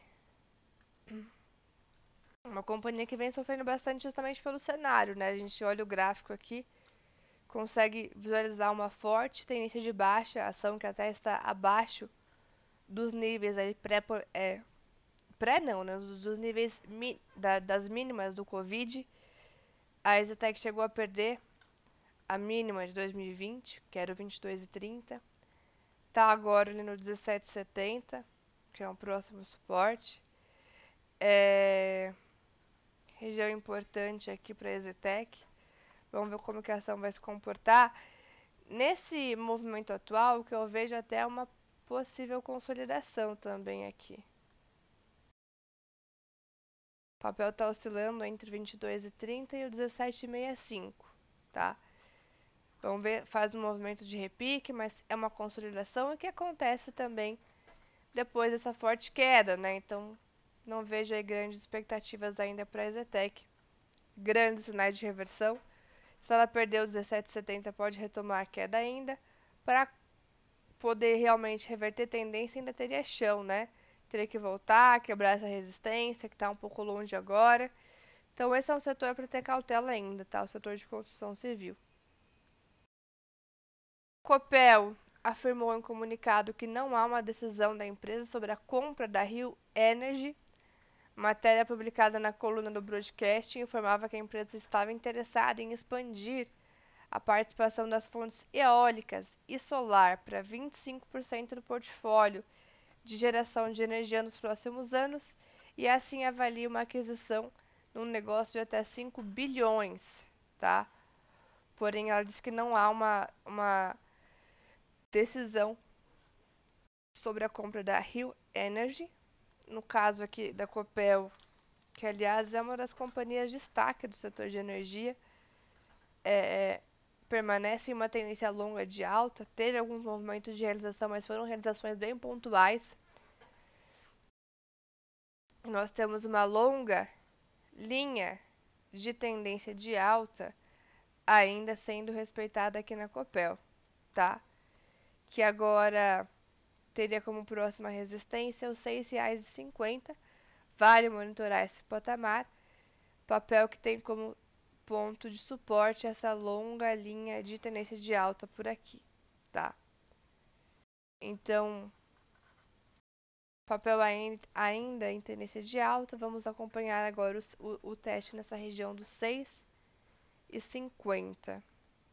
uma companhia que vem sofrendo bastante justamente pelo cenário, né? A gente olha o gráfico aqui, consegue visualizar uma forte tendência de baixa, a ação que até está abaixo dos níveis aí pré, é, pré não, né? Dos níveis mi, da, das mínimas do Covid. A EZTEC chegou a perder a mínima de dois mil e vinte, que era o vinte e dois e trinta. Tá agora ali no dezessete e setenta, que é um próximo suporte. É... região importante aqui para a EZTEC. Vamos ver como que a ação vai se comportar. Nesse movimento atual, o que eu vejo até é uma possível consolidação também aqui. O papel está oscilando entre vinte e dois e trinta e o dezessete e sessenta e cinco, tá? Vamos ver, faz um movimento de repique, mas é uma consolidação, e que acontece também depois dessa forte queda, né? Então, não vejo aí grandes expectativas ainda para a EZTEC. Grandes sinais de reversão. Se ela perder o dezessete e setenta, pode retomar a queda ainda. Para poder realmente reverter tendência, ainda teria chão, né? Teria que voltar, quebrar essa resistência, que está um pouco longe agora. Então, esse é um setor para ter cautela ainda, tá? O setor de construção civil. Copel afirmou em comunicado que não há uma decisão da empresa sobre a compra da Rio Energy. Matéria publicada na coluna do broadcast informava que a empresa estava interessada em expandir a participação das fontes eólicas e solar para vinte e cinco por cento do portfólio de geração de energia nos próximos anos, e assim avalia uma aquisição num negócio de até cinco bilhões, tá? Porém, ela diz que não há uma, uma decisão sobre a compra da Rio Energy. No caso aqui da Copel, que aliás é uma das companhias de destaque do setor de energia, é, permanece em uma tendência longa de alta, teve alguns movimentos de realização, mas foram realizações bem pontuais. Nós temos uma longa linha de tendência de alta ainda sendo respeitada aqui na Copel, tá? Que agora teria como próxima resistência os seis reais e cinquenta centavos. Vale monitorar esse patamar. Papel que tem como ponto de suporte essa longa linha de tendência de alta por aqui, tá? Então, papel ainda em tendência de alta. Vamos acompanhar agora o, o, o teste nessa região dos seis e cinquenta.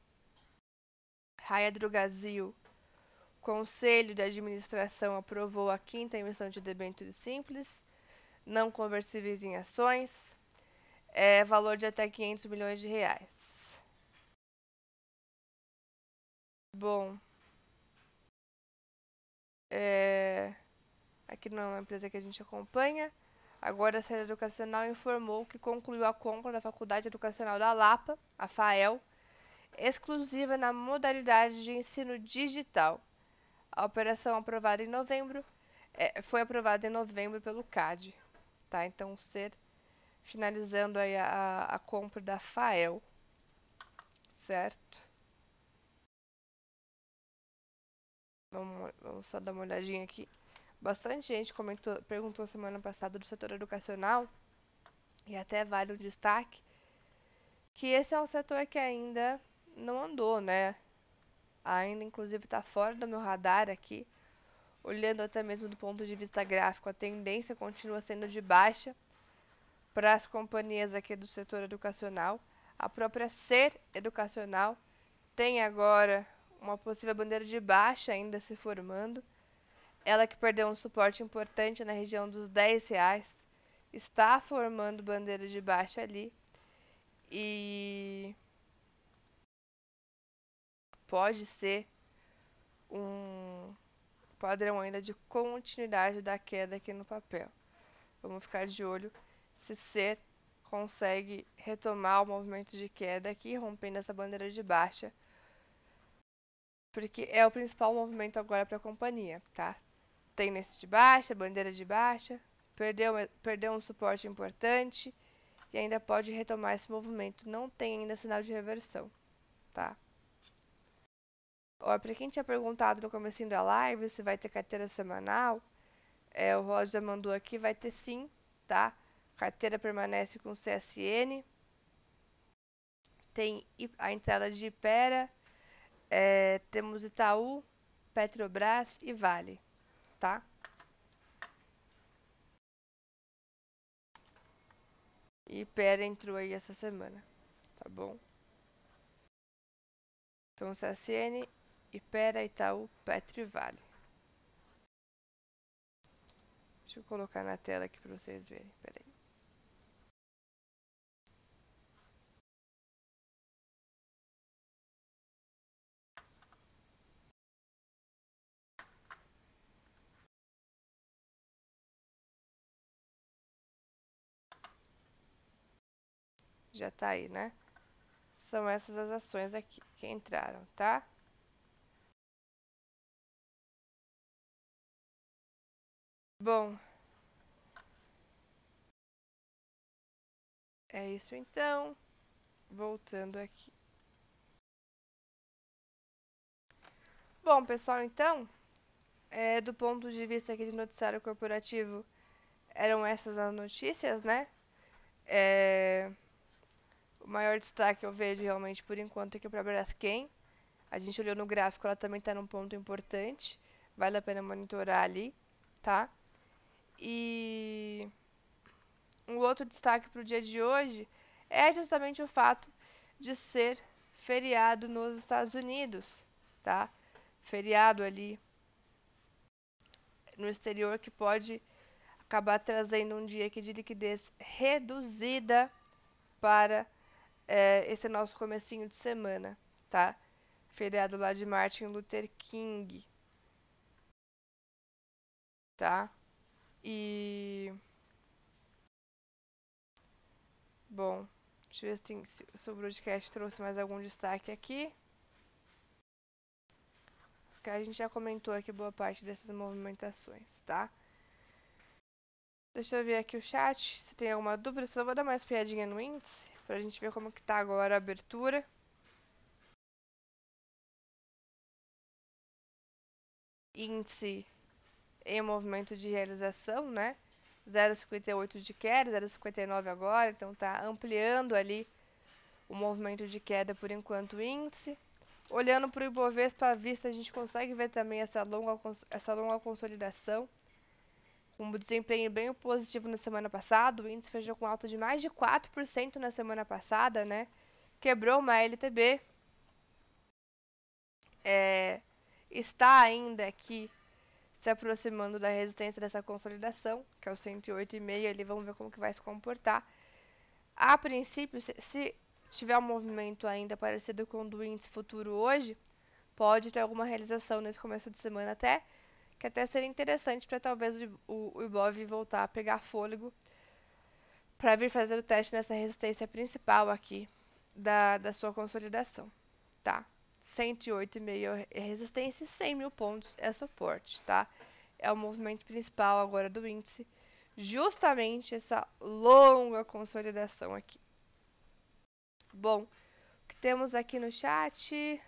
Raia Drogasil. Conselho de Administração aprovou a quinta emissão de debêntures simples, não conversíveis em ações, é, valor de até quinhentos milhões de reais. Bom, é, aqui não é uma empresa que a gente acompanha. Agora a sede educacional informou que concluiu a compra da Faculdade Educacional da Lapa, a FAEL, exclusiva na modalidade de ensino digital. A operação aprovada em novembro é, foi aprovada em novembro pelo C A D, tá? Então, ser finalizando aí a, a compra da FAEL, certo? Vamos, vamos só dar uma olhadinha aqui. Bastante gente comentou, perguntou semana passada do setor educacional, e até vale um destaque, que esse é um setor que ainda não andou, né? Ainda, inclusive, está fora do meu radar aqui. Olhando até mesmo do ponto de vista gráfico, a tendência continua sendo de baixa para as companhias aqui do setor educacional. A própria Ser Educacional tem agora uma possível bandeira de baixa ainda se formando. Ela que perdeu um suporte importante na região dos dez reais, está formando bandeira de baixa ali. E pode ser um padrão ainda de continuidade da queda aqui no papel. Vamos ficar de olho se Ser consegue retomar o movimento de queda aqui, rompendo essa bandeira de baixa, porque é o principal movimento agora para a companhia, tá? Tendência de baixa, bandeira de baixa, perdeu, perdeu um suporte importante e ainda pode retomar esse movimento. Não tem ainda sinal de reversão, tá? Ó, para quem tinha perguntado no comecinho da live se vai ter carteira semanal, é, o Roger mandou aqui, vai ter sim, tá? Carteira permanece com C S N. Tem a entrada de Ipera, é, temos Itaú, Petrobras e Vale, tá? E Ipera entrou aí essa semana, tá bom? Então C S N, Ipera, Itaú, Petro e Vale. Deixa eu colocar na tela aqui para vocês verem, peraí. Já tá aí, né? São essas as ações aqui que entraram, tá? Bom, é isso então. Voltando aqui. Bom, pessoal, então, é, do ponto de vista aqui de noticiário corporativo, eram essas as notícias, né? É, o maior destaque eu vejo realmente por enquanto aqui para a Braskem. A gente olhou no gráfico, ela também está num ponto importante. Vale a pena monitorar ali, tá? E um outro destaque para o dia de hoje é justamente o fato de ser feriado nos Estados Unidos, tá? Feriado ali no exterior que pode acabar trazendo um dia aqui de liquidez reduzida para é, esse nosso comecinho de semana, tá? Feriado lá de Martin Luther King, tá? E bom, deixa eu ver se, tem, se o broadcast trouxe mais algum destaque aqui. Que a gente já comentou aqui boa parte dessas movimentações, tá? Deixa eu ver aqui o chat, se tem alguma dúvida. Só vou dar mais piadinha no índice, pra gente ver como que tá agora a abertura. Índice em movimento de realização, né? zero vírgula cinquenta e oito de queda, zero vírgula cinquenta e nove agora, então tá ampliando ali o movimento de queda por enquanto o índice. Olhando para o Ibovespa à vista, a gente consegue ver também essa longa, essa longa consolidação, com um desempenho bem positivo na semana passada. O índice fechou com alta de mais de quatro por cento na semana passada, né? Quebrou uma L T B. É, está ainda aqui se aproximando da resistência dessa consolidação, que é o cento e oito vírgula cinco ali, vamos ver como que vai se comportar. A princípio, se, se tiver um movimento ainda parecido com o do índice futuro hoje, pode ter alguma realização nesse começo de semana até, que até seria interessante para talvez o, o, o Ibov voltar a pegar fôlego para vir fazer o teste nessa resistência principal aqui da, da sua consolidação, tá? cento e oito vírgula cinco é resistência e cem mil pontos é suporte, tá? É o movimento principal agora do índice, justamente essa longa consolidação aqui. Bom, o que temos aqui no chat?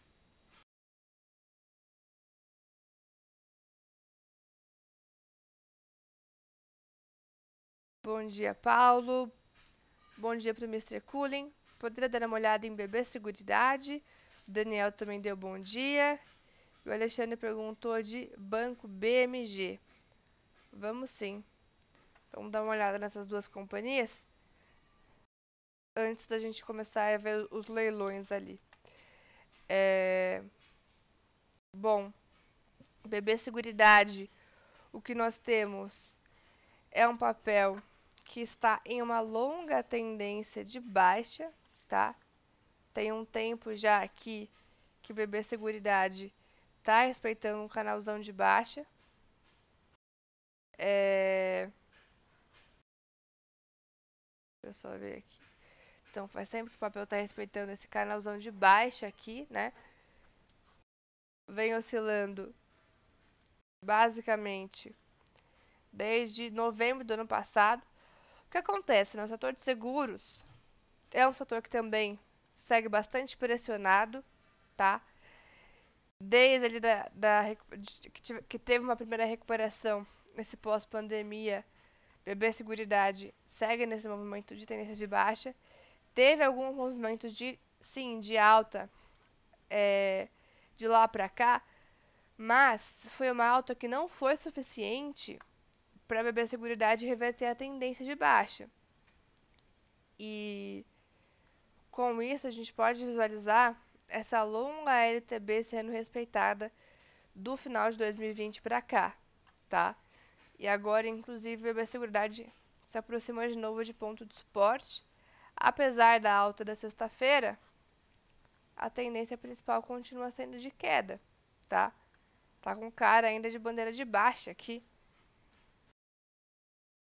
Bom dia, Paulo. Bom dia para o mister Cooling. Poderia dar uma olhada em B B Seguridade? O Daniel também deu bom dia. E o Alexandre perguntou de Banco B M G. Vamos sim. Vamos dar uma olhada nessas duas companhias antes da gente começar a ver os leilões ali. É... Bom, B B Seguridade, o que nós temos é um papel que está em uma longa tendência de baixa, tá? Tem um tempo já aqui que o B B Seguridade está respeitando um canalzão de baixa. É... Deixa eu só ver aqui. Então faz sempre que o papel está respeitando esse canalzão de baixa aqui, né? Vem oscilando basicamente desde novembro do ano passado. O que acontece, né? O setor de seguros é um setor que também segue bastante pressionado, tá? Desde ali da, da que teve uma primeira recuperação nesse pós-pandemia, B B Seguridade segue nesse movimento de tendência de baixa. Teve algum movimento de, sim, de alta é, de lá para cá, mas foi uma alta que não foi suficiente para a B B Seguridade reverter a tendência de baixa. E com isso a gente pode visualizar essa longa L T B sendo respeitada do final de dois mil e vinte para cá, tá? E agora, inclusive, a B B Seguridade se aproxima de novo de ponto de suporte. Apesar da alta da sexta-feira, a tendência principal continua sendo de queda, tá? Tá com cara ainda de bandeira de baixa aqui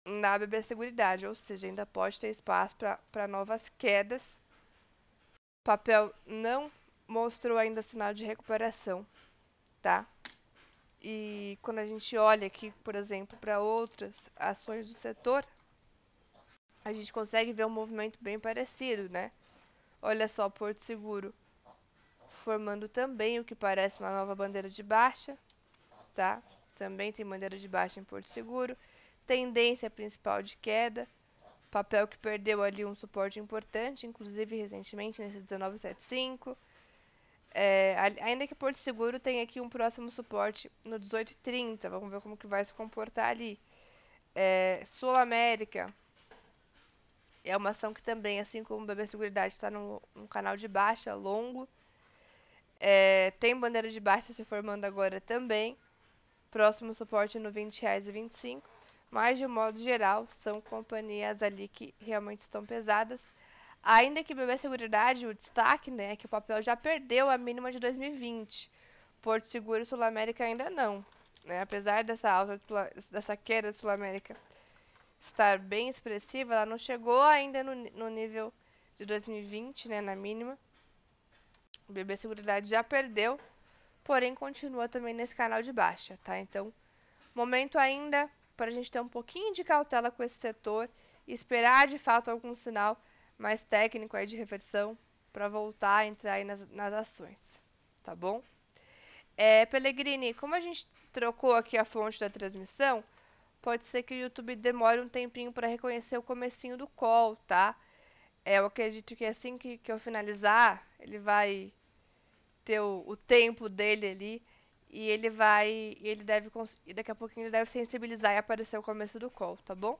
na B B Seguridade, ou seja, ainda pode ter espaço para novas quedas. O papel não mostrou ainda sinal de recuperação, tá? E quando a gente olha aqui, por exemplo, para outras ações do setor, a gente consegue ver um movimento bem parecido, né? Olha só, Porto Seguro formando também o que parece uma nova bandeira de baixa, tá? Também tem bandeira de baixa em Porto Seguro. Tendência principal de queda. Papel que perdeu ali um suporte importante, inclusive recentemente nesse dezenove setenta e cinco. É, ainda que Porto Seguro tenha aqui um próximo suporte no dezoito trinta. Vamos ver como que vai se comportar ali. É, Sul América é uma ação que também, assim como o B B Seguridade, está num, num canal de baixa longo. É, tem bandeira de baixa se formando agora também. Próximo suporte no vinte reais e vinte e cinco. Mas, de um modo geral, são companhias ali que realmente estão pesadas. Ainda que B B Seguridade, o destaque, né, é que o papel já perdeu a mínima de dois mil e vinte. Porto Seguro e Sul América ainda não. Né? Apesar dessa alta, dessa queda Sul América estar bem expressiva, ela não chegou ainda no, no nível de dois mil e vinte, né, na mínima. O B B Seguridade já perdeu, porém continua também nesse canal de baixa, tá? Então, momento ainda para a gente ter um pouquinho de cautela com esse setor e esperar de fato algum sinal mais técnico aí de reversão para voltar a entrar aí nas, nas ações, tá bom? É, Pellegrini, como a gente trocou aqui a fonte da transmissão, pode ser que o YouTube demore um tempinho para reconhecer o comecinho do call, tá? É, eu acredito que assim que, que eu finalizar, ele vai ter o, o tempo dele ali e ele vai, ele deve, e daqui a pouquinho ele deve sensibilizar e aparecer o começo do call, tá bom?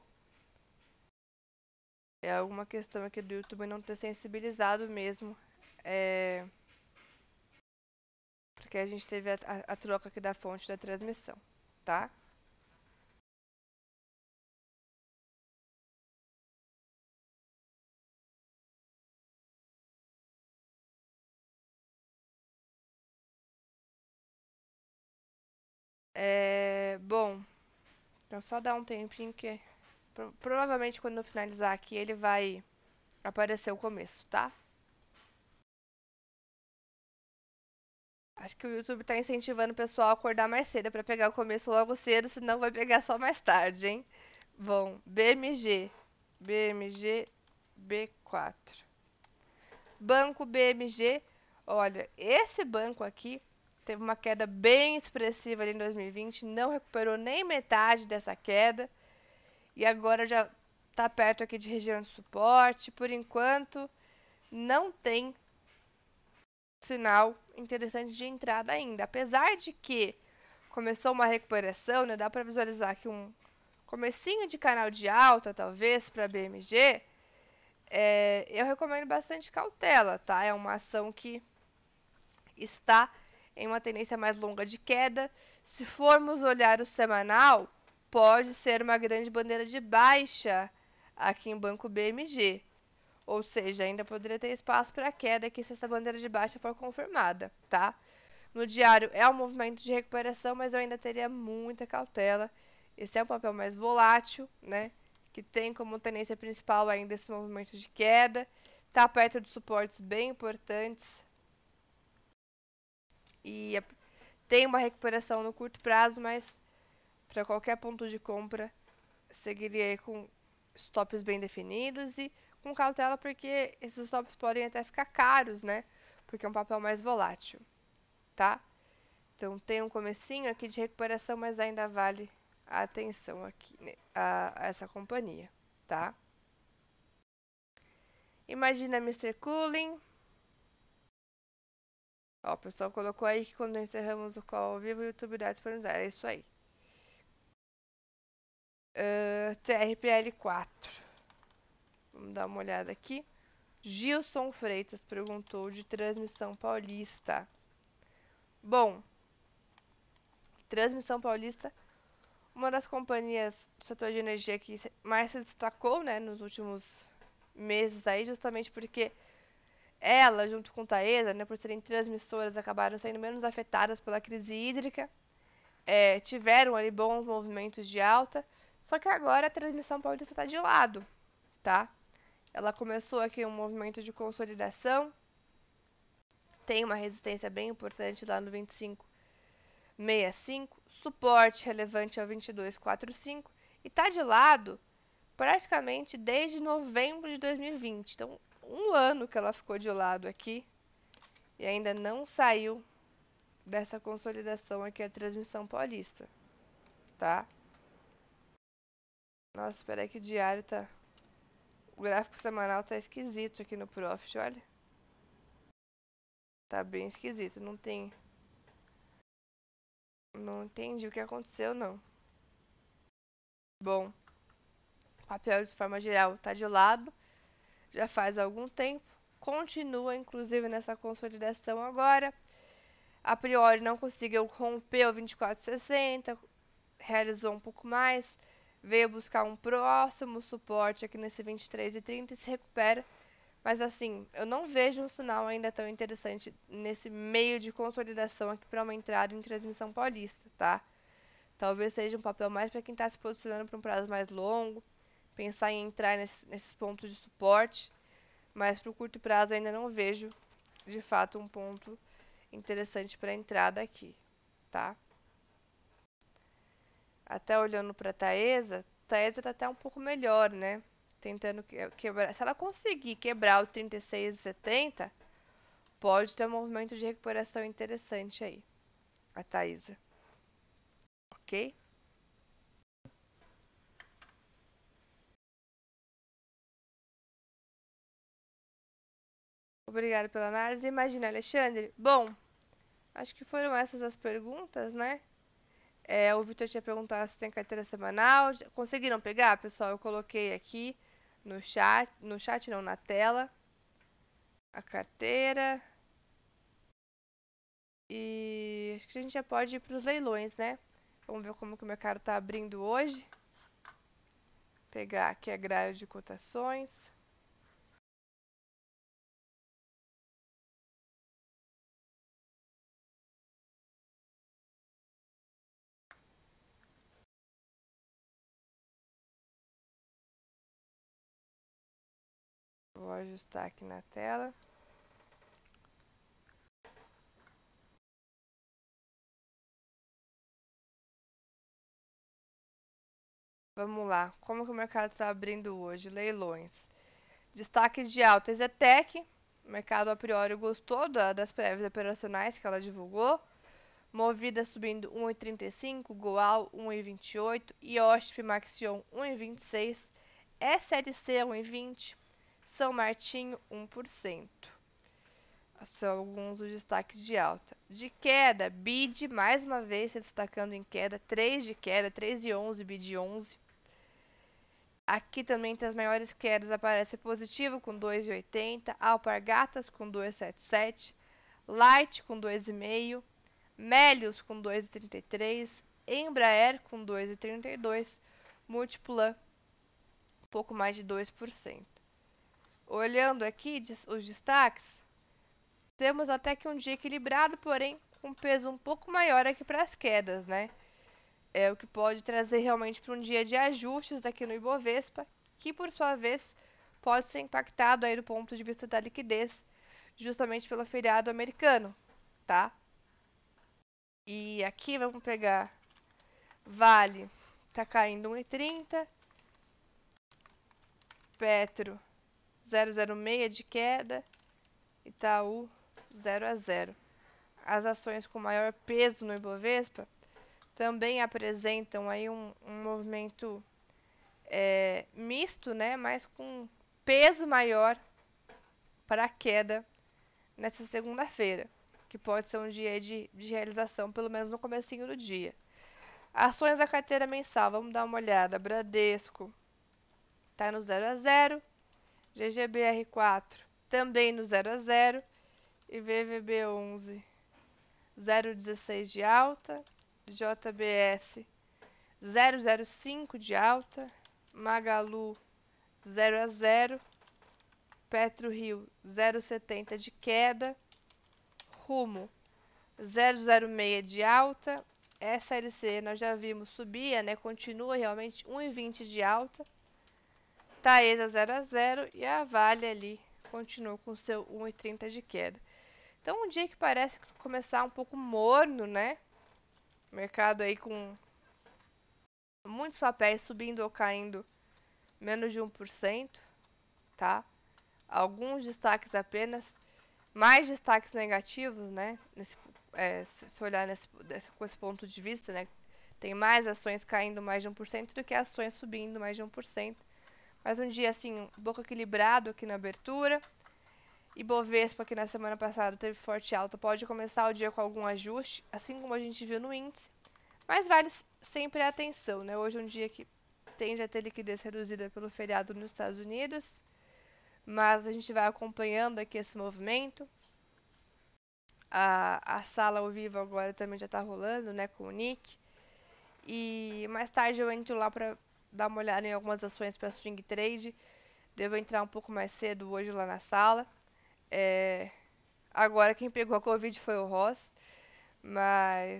É alguma questão aqui do YouTube não ter sensibilizado mesmo, é, porque a gente teve a, a, a troca aqui da fonte da transmissão, tá? É, bom, então só dar um tempinho que pro, provavelmente quando eu finalizar aqui ele vai aparecer o começo, tá? Acho que o YouTube tá incentivando o pessoal a acordar mais cedo pra pegar o começo logo cedo, senão vai pegar só mais tarde, hein? Bom, B M G, B M G B quatro. Banco B M G, olha, esse banco aqui teve uma queda bem expressiva ali em dois mil e vinte, não recuperou nem metade dessa queda e agora já está perto aqui de região de suporte. Por enquanto, não tem sinal interessante de entrada ainda. Apesar de que começou uma recuperação, né? Dá para visualizar aqui um comecinho de canal de alta, talvez, para B M G. É, eu recomendo bastante cautela, tá? É uma ação que está em uma tendência mais longa de queda. Se formos olhar o semanal, pode ser uma grande bandeira de baixa aqui em Banco B M G. Ou seja, ainda poderia ter espaço para queda aqui se essa bandeira de baixa for confirmada, tá? No diário é um movimento de recuperação, mas eu ainda teria muita cautela. Esse é um papel mais volátil, né? Que tem como tendência principal ainda esse movimento de queda. Está perto de suportes bem importantes. E tem uma recuperação no curto prazo, mas para qualquer ponto de compra, seguiria aí com stops bem definidos e com cautela, porque esses stops podem até ficar caros, né? Porque é um papel mais volátil, tá? Então tem um comecinho aqui de recuperação, mas ainda vale a atenção aqui, né, a, a essa companhia, tá? Imagina mister Cooling. Ó, o pessoal colocou aí que quando encerramos o call ao vivo, o YouTube dá disponibilidade. É isso aí. Uh, T R P L quatro. Vamos dar uma olhada aqui. Gilson Freitas perguntou de Transmissão Paulista. Bom, Transmissão Paulista, uma das companhias do setor de energia que mais se destacou, né, nos últimos meses aí, justamente porque ela, junto com Taesa, né, por serem transmissoras, acabaram sendo menos afetadas pela crise hídrica. É, tiveram ali bons movimentos de alta, Só que agora a transmissão paulista está de lado, tá? Ela começou aqui um movimento de consolidação. Tem uma resistência bem importante lá no vinte e cinco vírgula sessenta e cinco. Suporte relevante ao vinte e dois vírgula quarenta e cinco. E tá de lado praticamente desde novembro de dois mil e vinte. Então, um ano que ela ficou de lado aqui. E ainda não saiu dessa consolidação aqui a transmissão paulista. Tá? Nossa, espera aí que o diário tá... O gráfico semanal tá esquisito aqui no Profit, olha. Tá bem esquisito, não tem... Não entendi o que aconteceu, não. Bom, o papel de forma geral tá de lado, já faz algum tempo. Continua, inclusive, nessa consolidação agora. A priori não conseguiu romper o vinte e quatro vírgula sessenta, realizou um pouco mais, veio buscar um próximo suporte aqui nesse vinte e três vírgula trinta e se recupera. Mas assim, eu não vejo um sinal ainda tão interessante nesse meio de consolidação aqui para uma entrada em transmissão paulista, tá? Talvez seja um papel mais para quem está se posicionando para um prazo mais longo, pensar em entrar nesse, nesses pontos de suporte, mas para o curto prazo ainda não vejo, de fato, um ponto interessante para entrada aqui, tá? Até olhando para a Taesa, Taesa está até um pouco melhor, né? Tentando quebrar. Se ela conseguir quebrar o trinta e seis vírgula setenta, pode ter um movimento de recuperação interessante aí, a Taesa. Ok? Obrigada pela análise. Imagina, Alexandre. Bom, acho que foram essas as perguntas, né? É, o Vitor tinha perguntado se tem carteira semanal. Conseguiram pegar, pessoal? Eu coloquei aqui no chat, no chat não, na tela, a carteira. E acho que a gente já pode ir para os leilões, né? Vamos ver como que o mercado está abrindo hoje. Pegar aqui a grade de cotações. Vou ajustar aqui na tela. Vamos lá, como que o mercado está abrindo hoje? Leilões. Destaques de alta, Zetec. O mercado a priori gostou da, das prévias operacionais que ela divulgou. Movida subindo um vírgula trinta e cinco, Goal um vírgula vinte e oito, Iosp Maxion um vírgula vinte e seis, S L C um vírgula vinte, São Martinho um por cento. São alguns dos destaques de alta. De queda, B I D mais uma vez se destacando em queda, três de queda, três vírgula onze, B I D onze. Aqui também entre as maiores quedas aparece Positivo com dois vírgula oitenta, Alpargatas com dois vírgula setenta e sete, Light com dois vírgula cinquenta, Melius com dois vírgula trinta e três, Embraer com dois vírgula trinta e dois, Multiplan um pouco mais de dois por cento. Olhando aqui os destaques, temos até que um dia equilibrado, porém com peso um pouco maior aqui para as quedas, né? É o que pode trazer realmente para um dia de ajustes aqui no Ibovespa, que por sua vez pode ser impactado aí do ponto de vista da liquidez, justamente pelo feriado americano, tá? E aqui vamos pegar Vale, tá caindo um vírgula trinta, Petro zero vírgula zero seis de queda, Itaú zero a zero. As ações com maior peso no Ibovespa também apresentam aí um, um movimento é, misto, né, mas com peso maior para a queda nessa segunda-feira, que pode ser um dia de, de realização, pelo menos no comecinho do dia. Ações da carteira mensal, vamos dar uma olhada. Bradesco está no zero a zero, G G B R quatro também no zero a zero e V V B onze zero vírgula dezesseis de alta, J B S zero vírgula zero cinco de alta, Magalu zero a zero, PetroRio zero vírgula setenta de queda, Rumo zero vírgula zero seis de alta, S L C nós já vimos subia, né? Continua realmente um e vinte de alta. Taesa zero a zero e a Vale ali continua com seu um e trinta de queda. Então um dia que parece começar um pouco morno, né? Mercado aí com muitos papéis subindo ou caindo menos de um por cento, tá? Alguns destaques apenas, mais destaques negativos, né? Nesse, é, se olhar nesse, desse, com esse ponto de vista, né? Tem mais ações caindo mais de um por cento do que ações subindo mais de um por cento. Mas um dia assim, um pouco equilibrado aqui na abertura. Ibovespa, que na semana passada teve forte alta, pode começar o dia com algum ajuste, assim como a gente viu no índice. Mas vale sempre a atenção, né? Hoje é um dia que tende a ter liquidez reduzida pelo feriado nos Estados Unidos. Mas a gente vai acompanhando aqui esse movimento. A, a sala ao vivo agora também já está rolando, né, com o Nick. E mais tarde eu entro lá para dar uma olhada em algumas ações para swing trade. Devo entrar um pouco mais cedo hoje lá na sala. É... Agora quem pegou a Covid foi o Ross. Mas...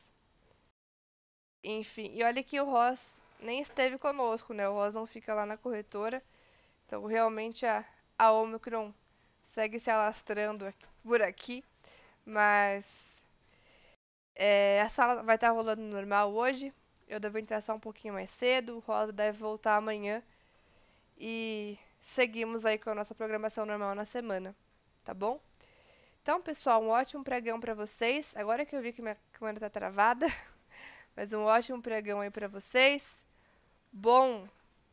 Enfim, e olha que o Ross nem esteve conosco, né? O Ross não fica lá na corretora. Então realmente a, a Omicron segue se alastrando aqui, por aqui. Mas é, a sala vai estar rolando normal hoje. Eu devo entrar só um pouquinho mais cedo. O Rosa deve voltar amanhã. E seguimos aí com a nossa programação normal na semana. Tá bom? Então, pessoal, um ótimo pregão para vocês. Agora que eu vi que minha câmera tá travada. Mas um ótimo pregão aí para vocês. Bom.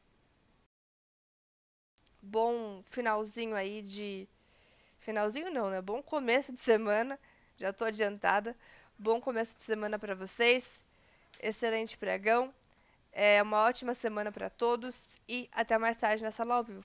Bom finalzinho aí de. Finalzinho não, né? Bom começo de semana. Já tô adiantada. Bom começo de semana para vocês. Excelente pregão. É uma ótima semana para todos e até mais tarde nessa sala ao vivo.